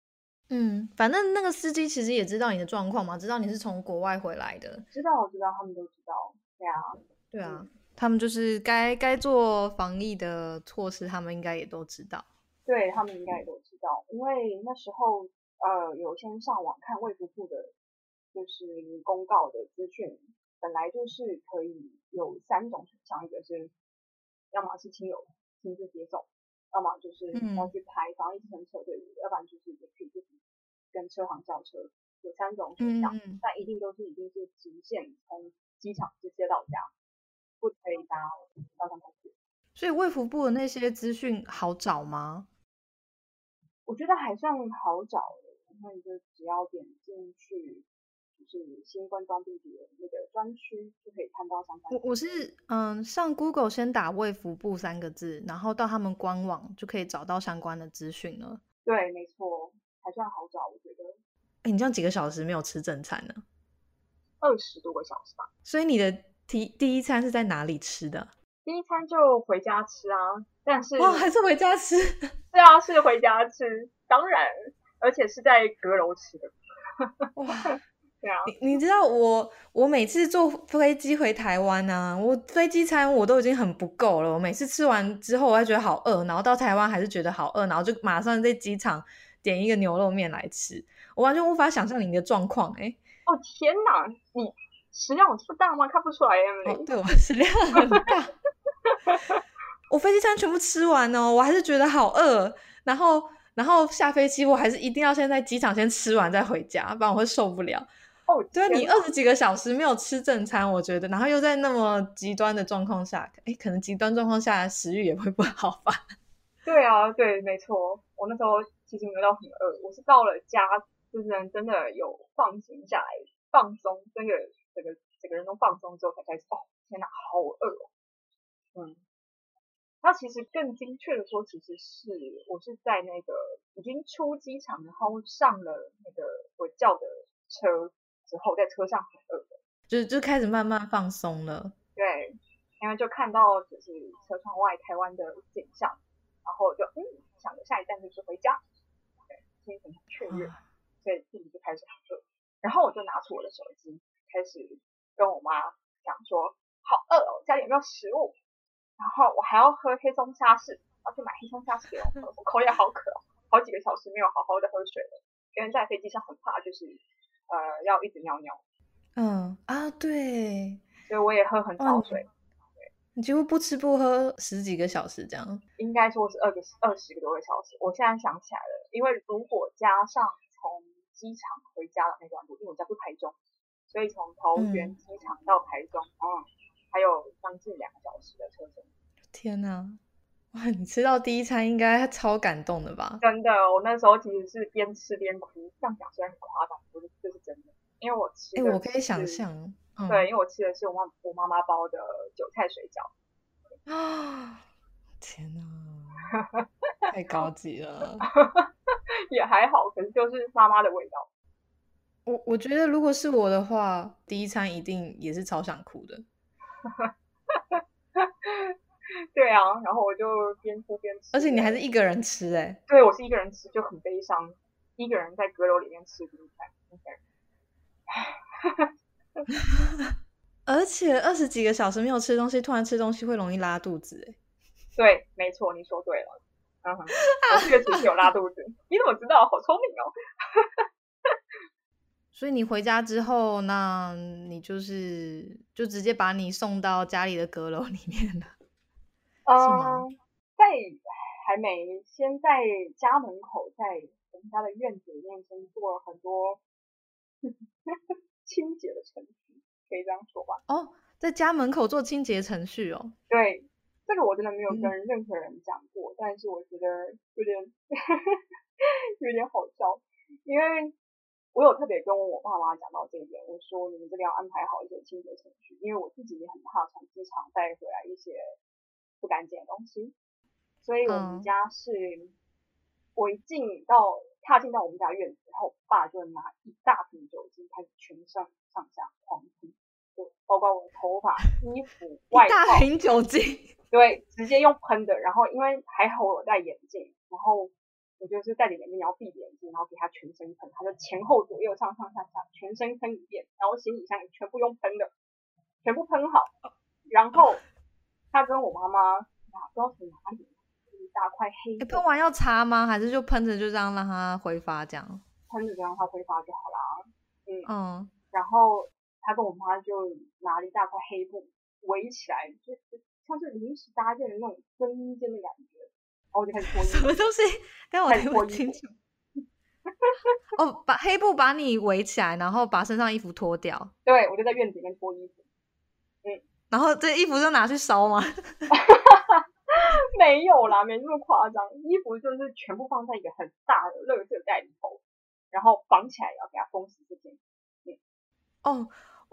嗯，反正那个司机其实也知道你的状况嘛，知道你是从国外回来的。 知道，知道，他们都知道。对啊， 对啊，嗯、他们就是该该做防疫的措施，他们应该也都知道。 对，他们应该也都知道，因为那时候呃有先上网看卫福部的，就是公告的资讯，本来就是可以有三种选项，一个是要么是亲友亲自接送，要么就是要去排防疫计程车队伍，要不然就是也可以自己跟车行叫车，有三种选项，嗯、但一定都是一定是直线从机场直接到家，不可以搭交通工具。 所以卫福部的那些资讯好找吗？ 我觉得还算好找的，然后你就只要点进去，就是新冠状病毒的那个专区，就可以看到相关的。 我我是嗯上 Google 先打卫福部三个字，然后到他们官网就可以找到相关的资讯了。 对，没错，还算好找，我觉得。 哎，你这样几个小时没有吃正餐呢？ 二十多个小时吧。 所以你的第第一餐是在哪里吃的？ 第一餐就回家吃啊，但是哇，还是回家吃？ 对啊，是回家吃，当然，而且是在阁楼吃的。 哇， 对啊， 你你知道我我每次坐飞机回台湾啊，我飞机餐我都已经很不够了，我每次吃完之后我还觉得好饿，然后到台湾还是觉得好饿，然后就马上在机场点一个牛肉面来吃，我完全无法想象你的状况哎、欸。 哦天哪，你食量有这么大吗？看不出来 Emily。 哦，对，我食量很大。我飞机餐全部吃完哦，我还是觉得好饿，然后然后下飞机我还是一定要先在机场先吃完再回家，不然我会受不了。 哦， 对啊，你二十几个小时没有吃正餐，我觉得，然后又在那么极端的状况下，哎，可能极端状况下食欲也会不好吧？ 对啊，对，没错，我那时候其实没有到很饿，我是到了家，就是真的有放心下来，放松，真的整个整个人都放松之后才开始，哦，天哪，好饿哦，嗯。那其实更精确的说，其实是我是在那个已经出机场，然后上了那个我叫的车之后，在车上很饿的， 就就开始慢慢放松了。 对，因为就看到就是车窗外台湾的景象，然后就嗯想着下一站就是回家，对，心情很雀跃，所以自己就开始很饿，然后我就拿出我的手机，开始跟我妈讲说，好饿哦，家里有没有食物？然后我还要喝黑松沙士，要去买黑松沙士给我喝，我口也好渴，好几个小时没有好好的喝水了，因为在飞机上很怕，就是呃要一直尿尿。 嗯啊，对， 所以我也喝很少水。 你几乎不吃不喝十几个小时这样？ 应该说是二个二十个多个小时。我现在想起来了，因为如果加上从机场回家的那段路，因为我家住台中，所以从桃园机场到台中，嗯，还有将近两个小时的车程。 天哪！哇，你吃到第一餐应该超感动的吧？ 真的，我那时候其实是边吃边哭，这样讲虽然很夸张，不是这是真的，因为我吃的是， 哎，我可以想象， 嗯、对，因为我吃的是我妈我妈妈包的韭菜水饺。 啊！天哪，太高级了。 也还好，可是就是妈妈的味道。 我我觉得如果是我的话，第一餐一定也是超想哭的。 对啊，然后我就边哭边吃， 而且你还是一个人吃哎、欸。 对，我是一个人吃，就很悲伤，一个人在阁楼里面吃第一餐。而且二十几个小时没有吃东西，突然吃东西会容易拉肚子哎、欸。 对，没错，你说对了。嗯哼，我确实是有拉肚子。你怎么知道？好聪明哦。 所以你回家之后，那你就是就直接把你送到家里的阁楼里面了， 嗯、是吗？在还没先在家门口，在我们家的院子里面先做了很多清洁的程序，可以这样说吧？ 哦，在家门口做清洁程序哦。 对，这个我真的没有跟任何人讲过，嗯、但是我觉得有点有点好笑，因为我有特别跟我爸妈讲到这一点，我说你们这边要安排好一些清洁程序，因为我自己也很怕从机场带回来一些不干净的东西，所以我们家是，嗯、我一进到踏进到我们家院子后，我爸就拿一大瓶酒精开始全身上下狂喷，就包括我的头发、衣服、外套，一大瓶酒精， 对，直接用喷的。然后因为还好我戴眼镜，然后我就是戴着眼镜，然后闭着眼睛，然后给他全身喷，他就前后左右上上下下全身喷一遍，然后行李箱也全部用喷的，全部喷好，然后他跟我妈妈不知道从哪里一大块黑的。喷完要擦吗？还是就喷着就这样让它挥发这样？ 喷着就让它挥发就好啦。嗯嗯， 然后他跟我妈就拿了一大块黑布围起来，就像是临时搭建的那种更衣间的感觉。然后我就开始脱衣服。 什么东西？但我听不清楚。哦，把黑布把你围起来，然后把身上衣服脱掉。 对，我就在院子里面脱衣服。嗯， 然后这衣服就拿去烧吗？ 没有啦，没那么夸张。衣服就是全部放在一个很大的垃圾袋里头，然后绑起来，要给它封死这件。嗯， 哦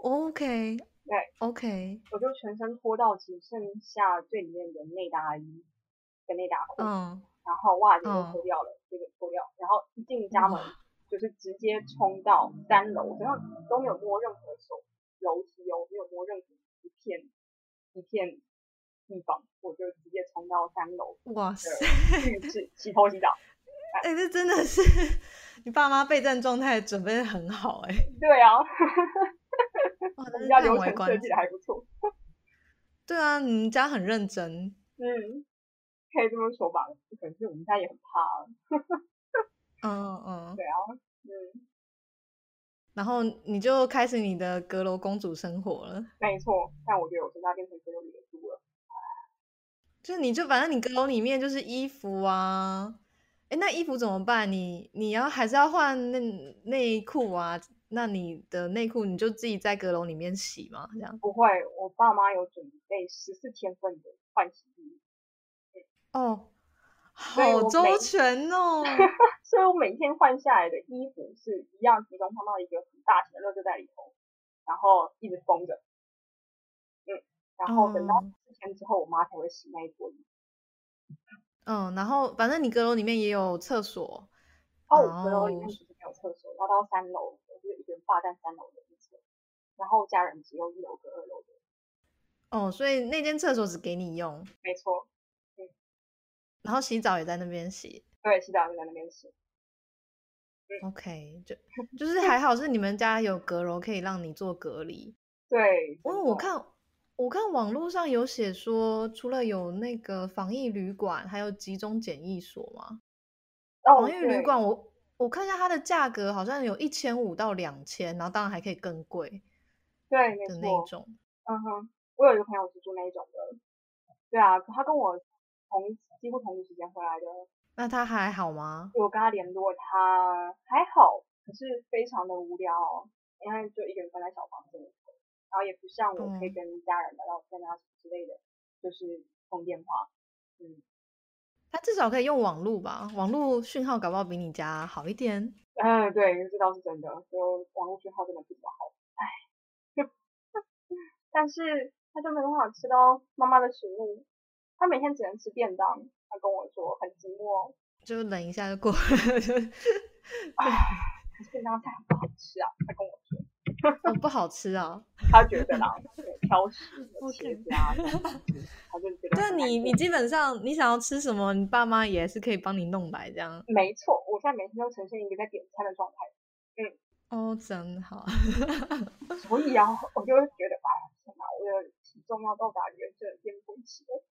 ，OK， 对 ，OK， 我就全身脱到只剩下最里面的内搭衣跟内搭裤，嗯，然后袜子都脱掉了，这个脱掉，然后一进家门就是直接冲到三楼，我身上都没有摸任何手楼梯哦，没有摸任何一片一片地方，我就直接冲到三楼。 哇塞！ 浴室洗头洗澡。 哎、欸，这真的是你爸妈备战状态准备的很好哎、欸。 对啊， 哇， 我们家流程设计的还不错。 对啊，你们家很认真。 嗯，可以这么说吧，可能是我们家也很怕。 嗯嗯。 对啊，嗯。 然后你就开始你的阁楼公主生活了。 没错，但我觉得我现在变成阁楼里的猪了。 就你就反正你阁楼里面就是衣服啊，哎，那衣服怎么办？你你要还是要换那内裤啊？那你的内裤你就自己在阁楼里面洗吗？这样？ 不会，我爸妈有准备十四天份的换洗衣。 哦，好周全哦。 所以我每天换下来的衣服是一样集中放到一个很大型的垃圾袋里头，然后一直封着。嗯，然后等到四天之后，我妈才会洗那一坨衣服。 嗯，然后反正你阁楼里面也有厕所。 哦，阁楼里面其实没有厕所，要到三楼，我就是一个人霸占三楼的一侧，然后家人只有一楼跟二楼的。 哦，所以那间厕所只给你用。 没错。嗯。 然后洗澡也在那边洗。 对，洗澡也在那边洗。 嗯、OK， 就就是还好是你们家有阁楼可以让你做隔离。 对， 因为我看我看网络上有写说，除了有那个防疫旅馆，还有集中检疫所嘛。 哦、 防疫旅馆我我看一下它的价格好像有一千五到两千，然后当然还可以更贵。 对，没错的那一种。 嗯哼，我有一个朋友是住那一种的。对啊，他跟我同几乎同一时间回来的。 那他还好吗？ 我跟他联络，他还好，可是非常的无聊，因为就一个人关在小房间里头，然后也不像我可以跟家人聊聊天啊什么之类的，就是通电话。嗯， 他至少可以用网络吧，网络讯号搞不好比你家好一点。 嗯，对，这倒是真的，就网络讯号真的不怎么好，唉。但是他就没办法吃到妈妈的食物，他每天只能吃便当，他跟我说很寂寞， 就忍一下就过了。 唉，可是便当菜很不好吃啊，他跟我说。 哦，不好吃啊？ 他觉得啦，挑食的切家的，他就觉得。 对，你你基本上你想要吃什么，你爸妈也是可以帮你弄来这样。 没错，我现在每天都呈现一个在点餐的状态。嗯。 哦，真好。 所以啊，我就会觉得啊，天哪，我的体重要到达人生的巅峰期了。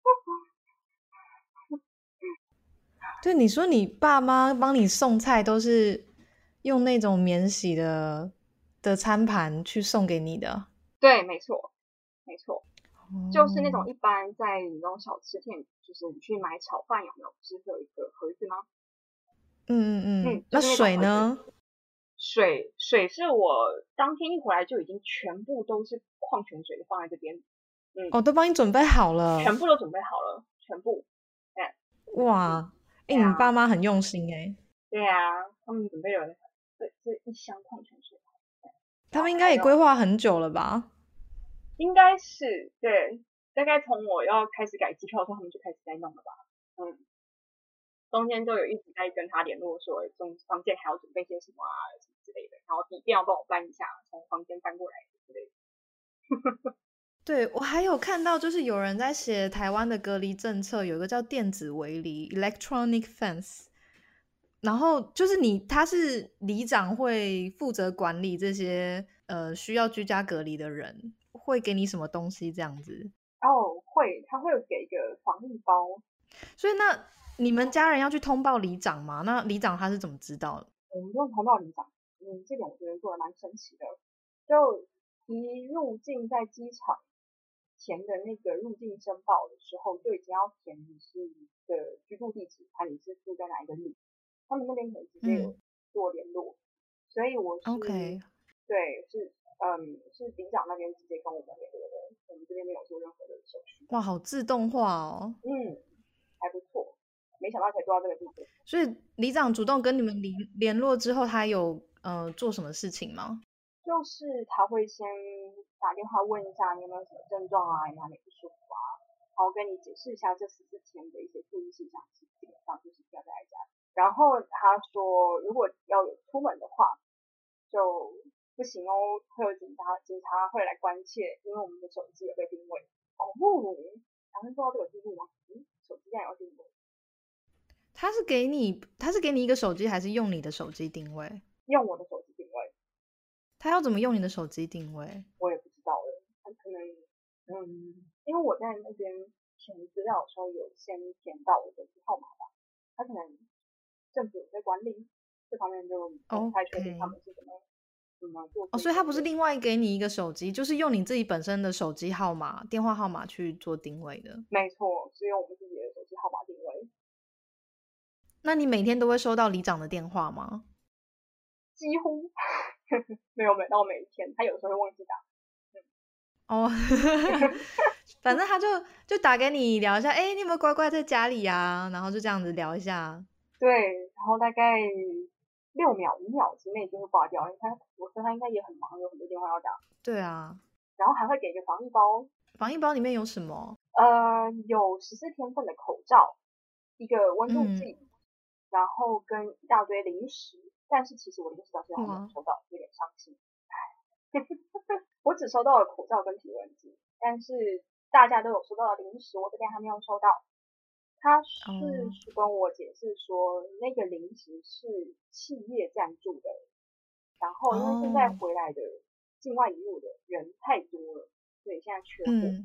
对，你说你爸妈帮你送菜都是用那种免洗的的餐盘去送给你的？ 对，没错，没错，哦、就是那种一般在那种小吃店，就是你去买炒饭有没有？不是会有一个盒子吗？ 嗯嗯嗯。那水呢？ 水水是我当天一回来就已经全部都是矿泉水放在这边。嗯， 哦，都帮你准备好了， 全部都准备好了，全部。 对，哇，哎、欸，你爸妈很用心哎、欸。 对啊，他们准备了这这一箱矿泉水。 他们应该也规划很久了吧？ 应该是，对，大概从我要开始改机票的时候，他们就开始在弄了吧。嗯，中间就有一直在跟他联络说，中房间还要准备些什么啊，什么之类的，然后笔电要帮我搬一下，从房间搬过来之类的。 对，我还有看到，就是有人在写台湾的隔离政策，有一个叫电子围篱 （electronic fence）。 然后就是你他是里长会负责管理这些呃需要居家隔离的人，会给你什么东西这样子？ 哦，会，他会给一个防疫包。 所以那你们家人要去通报里长吗？那里长他是怎么知道的？ 我们不用通报里长，嗯，这点我觉得做的蛮神奇的。就一入境在机场填的那个入境申报的时候，就已经要填你是的居住地址，看你是住在哪一个里，他们那边可能直接有做联络，嗯、所以我是 OK， 对，是嗯是里长那边直接跟我们联络的，我们这边没有做任何的手续。 哇，好自动化哦。 嗯，还不错，没想到可以做到这个地步。 所以里长主动跟你们联联络之后，他有呃做什么事情吗？ 就是他会先打电话问一下你有没有什么症状啊，有没有哪里不舒服啊，然后跟你解释一下这十四天的一些注意事项，基本上就是要在家里。然后他说，如果要有出门的话，就不行哦，会有警察警察会来关切，因为我们的手机有被定位。哦，才能做到这个地步吗？嗯，手机竟然要定位。 他是给你，他是给你一个手机，还是用你的手机定位？ 用我的手机定位。 他要怎么用你的手机定位？ 我也不知道了，他可能，嗯，因为我在那边填资料的时候有先填到我的手机号码吧，他可能政府有在管理这方面，就不太确定他们是怎么怎么做。 哦，所以他不是另外给你一个手机，就是用你自己本身的手机号码、电话号码去做定位的。 没错，是用我们自己的手机号码定位。 那你每天都会收到里长的电话吗？ 几乎没有每到每一天，他有时候会忘记打。 哦，反正他就就打给你聊一下，哎，你有没有乖乖在家里啊？然后就这样子聊一下。 对，然后大概六秒、五秒之内就会挂掉，因为他我说他应该也很忙，有很多电话要打。 对啊。 然后还会给一个防疫包。 防疫包里面有什么？ 呃，有十四天份的口罩，一个温度计，嗯、然后跟一大堆零食。但是其实我零食到现在还没有收到，有点伤心。我只收到了口罩跟体温计，但是大家都有收到的零食，我这边还没有收到。他是跟我解释说，嗯、那个零食是企业赞助的，然后因为现在回来的境外移入的人太多了，所以现在缺货。嗯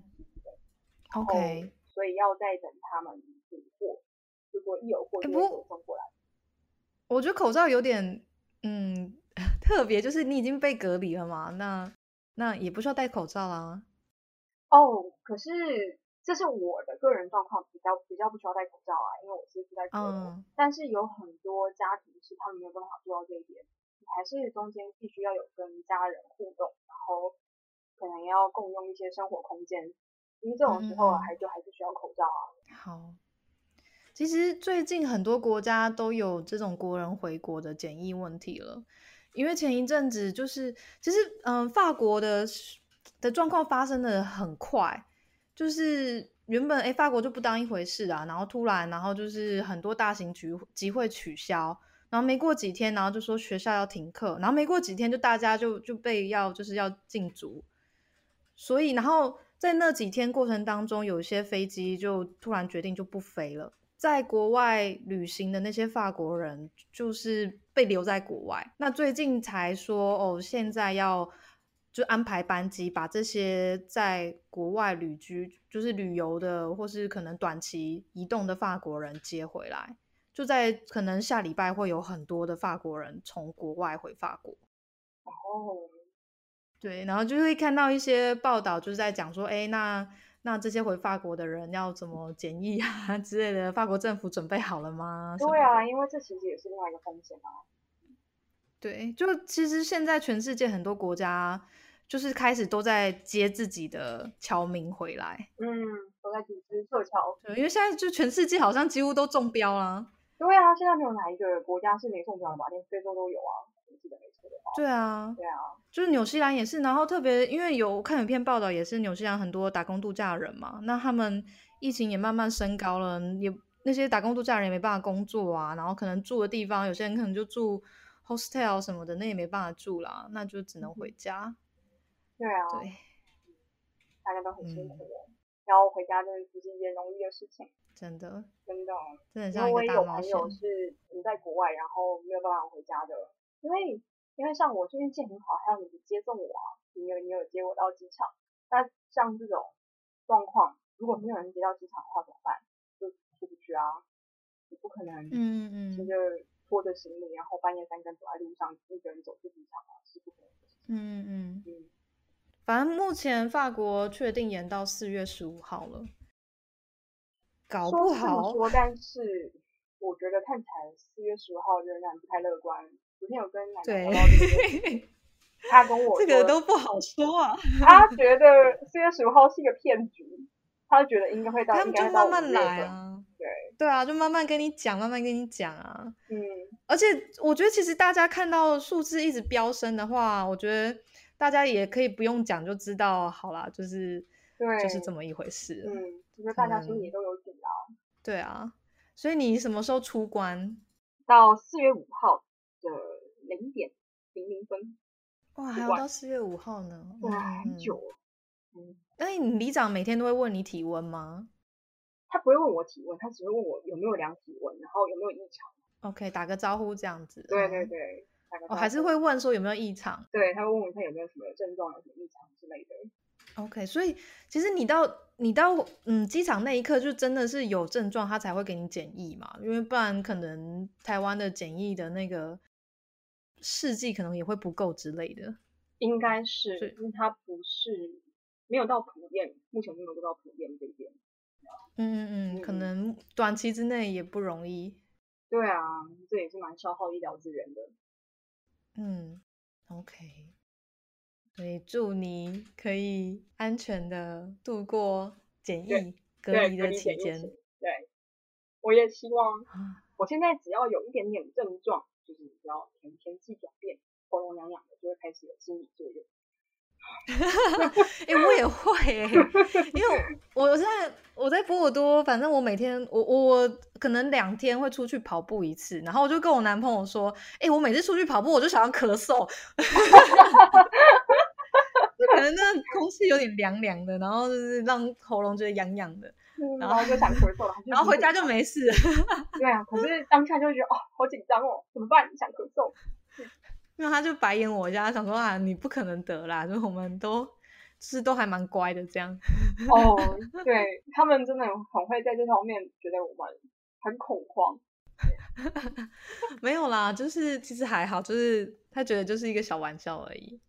OK， 所以要再等他们补货，如果一有货就会送过来。 我觉得口罩有点嗯特别，就是你已经被隔离了嘛，那那也不需要戴口罩啦。 哦，可是这是我的个人状况，比较比较不需要戴口罩啊，因为我是住在国内。嗯、但是有很多家庭是他们没有办法做到这一点，你还是中间必须要有跟家人互动，然后可能要共用一些生活空间。因为这种时候还就还是需要口罩啊。 好，其实最近很多国家都有这种国人回国的检疫问题了，因为前一阵子就是其实嗯法国的的状况发生的很快，就是原本哎法国就不当一回事啊，然后突然然后就是很多大型聚集会取消，然后没过几天然后就说学校要停课，然后没过几天就大家就就被要就是要禁足，所以然后在那几天过程当中，有些飞机就突然决定就不飞了。在国外旅行的那些法国人，就是被留在国外。那最近才说，哦，现在要就安排班机，把这些在国外旅居，就是旅游的，或是可能短期移动的法国人接回来。就在可能下礼拜会有很多的法国人从国外回法国。 哦。 对，然后就会看到一些报道，就是在讲说，哎，那那这些回法国的人要怎么检疫啊之类的，法国政府准备好了吗？ 对啊，因为这其实也是另外一个风险啊。 对，就其实现在全世界很多国家就是开始都在接自己的侨民回来， 嗯，都在组织撤侨。 对，因为现在就全世界好像几乎都中标了。 对啊，现在没有哪一个国家是没中标的吧？连非洲都有啊，我记得没错的话。 对啊， 对啊， 就是纽西兰也是，然后特别因为有看有篇报道，也是纽西兰很多打工度假的人嘛，那他们疫情也慢慢升高了，也那些打工度假人也没办法工作啊，然后可能住的地方有些人可能就住 hostel 什么的，那也没办法住啦，那就只能回家。 对啊， 对， 大家都很辛苦哦。嗯要回家真的不是一件容易的事情， 真的真的真的像一个大冒险。 因为我有朋友是你在国外，然后没有办法回家的，因为因为像我最近运气很好，还有你接送我啊，你有你有接我到机场。那像这种状况，如果没有人接到机场的话怎么办？就出不去啊，你不可能嗯嗯接着拖着行李，然后半夜三更走在路上一个人走去机场啊，是不可能的事情。 嗯嗯嗯。反正目前法国确定延到四月十五号了，搞不好。 说说，但是我觉得看起来四月十五号仍然不太乐观。昨天有跟奶奶聊到这个，他跟我说这个都不好说啊。 他觉得四月十五号是一个骗局，他觉得应该会到， 他们就慢慢来啊。 对对啊，就慢慢跟你讲，慢慢跟你讲啊。 嗯， 而且我觉得其实大家看到数字一直飙升的话，我觉得大家也可以不用讲就知道，好啦，就是对， 就是这么一回事。 嗯，我觉得大家心里都有底啊。 对啊，所以你什么时候出关？ 到四月五号的零点零零分。 哇，还要到四月五号呢， 对啊，很久了。 嗯，那你里长每天都会问你体温吗？ 他不会问我体温，他只会问我有没有量体温，然后有没有异常。 OK， 打个招呼这样子。 对对对，打个招呼。 哦，还是会问说有没有异常？ 对，他会问我他有没有什么症状，有什么异常之类的。 OK， 所以其实你到你到嗯机场那一刻，就真的是有症状，他才会给你检疫嘛，因为不然可能台湾的检疫的那个试剂可能也会不够之类的。 应该是，因为它不是没有到普遍，目前没有到普遍这边。 嗯嗯嗯，可能短期之内也不容易。 对啊，这也是蛮消耗医疗资源的。 嗯 ，OK。所以祝你可以安全的度过检疫隔离的期间。 对，我也希望。我现在只要有一点点症状，就是你知道天天气转变，喉咙痒痒的，就会开始有心理作用。 哎、欸，我也会哎、欸，因为我现在我在波尔多，反正我每天我我可能两天会出去跑步一次，然后我就跟我男朋友说，哎、欸，我每次出去跑步我就想要咳嗽。可能那空气有点凉凉的，然后就是让喉咙觉得痒痒的， 嗯、然后就想咳嗽了， 然后回家就没事。 对啊，可是当下就会觉得哦，好紧张哦，怎么办？想咳嗽。 因为他就白眼我一下，想说啊，你不可能得啦，就我们都就是都还蛮乖的这样。 哦，对，他们真的很会在这方面觉得我们很恐慌。 没有啦，就是其实还好，就是他觉得就是一个小玩笑而已。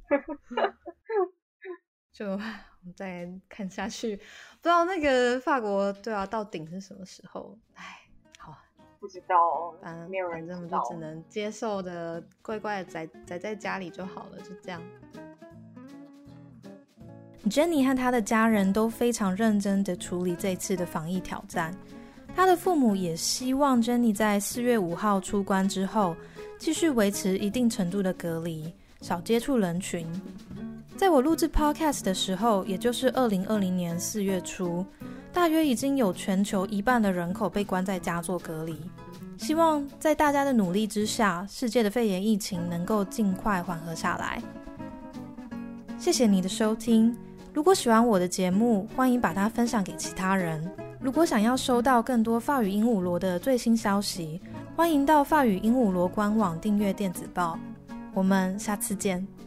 就我们再看下去，不知道那个法国对啊到顶是什么时候？哎，好， 不知道， 反没有人知道， 反正我们就只能接受的，乖乖的宅宅在家里就好了，就这样。Jenny 和她的家人都非常认真的处理这次的防疫挑战，她的父母也希望 Jenny 在四月五号出关之后，继续维持一定程度的隔离，少接触人群。在我录制 podcast 的时候，也就是二零二零年四月初，大约已经有全球一半的人口被关在家做隔离。希望在大家的努力之下，世界的肺炎疫情能够尽快缓和下来。谢谢你的收听，如果喜欢我的节目，欢迎把它分享给其他人。如果想要收到更多法语鹦鹉螺的最新消息，欢迎到法语鹦鹉螺官网订阅电子报。我们下次见。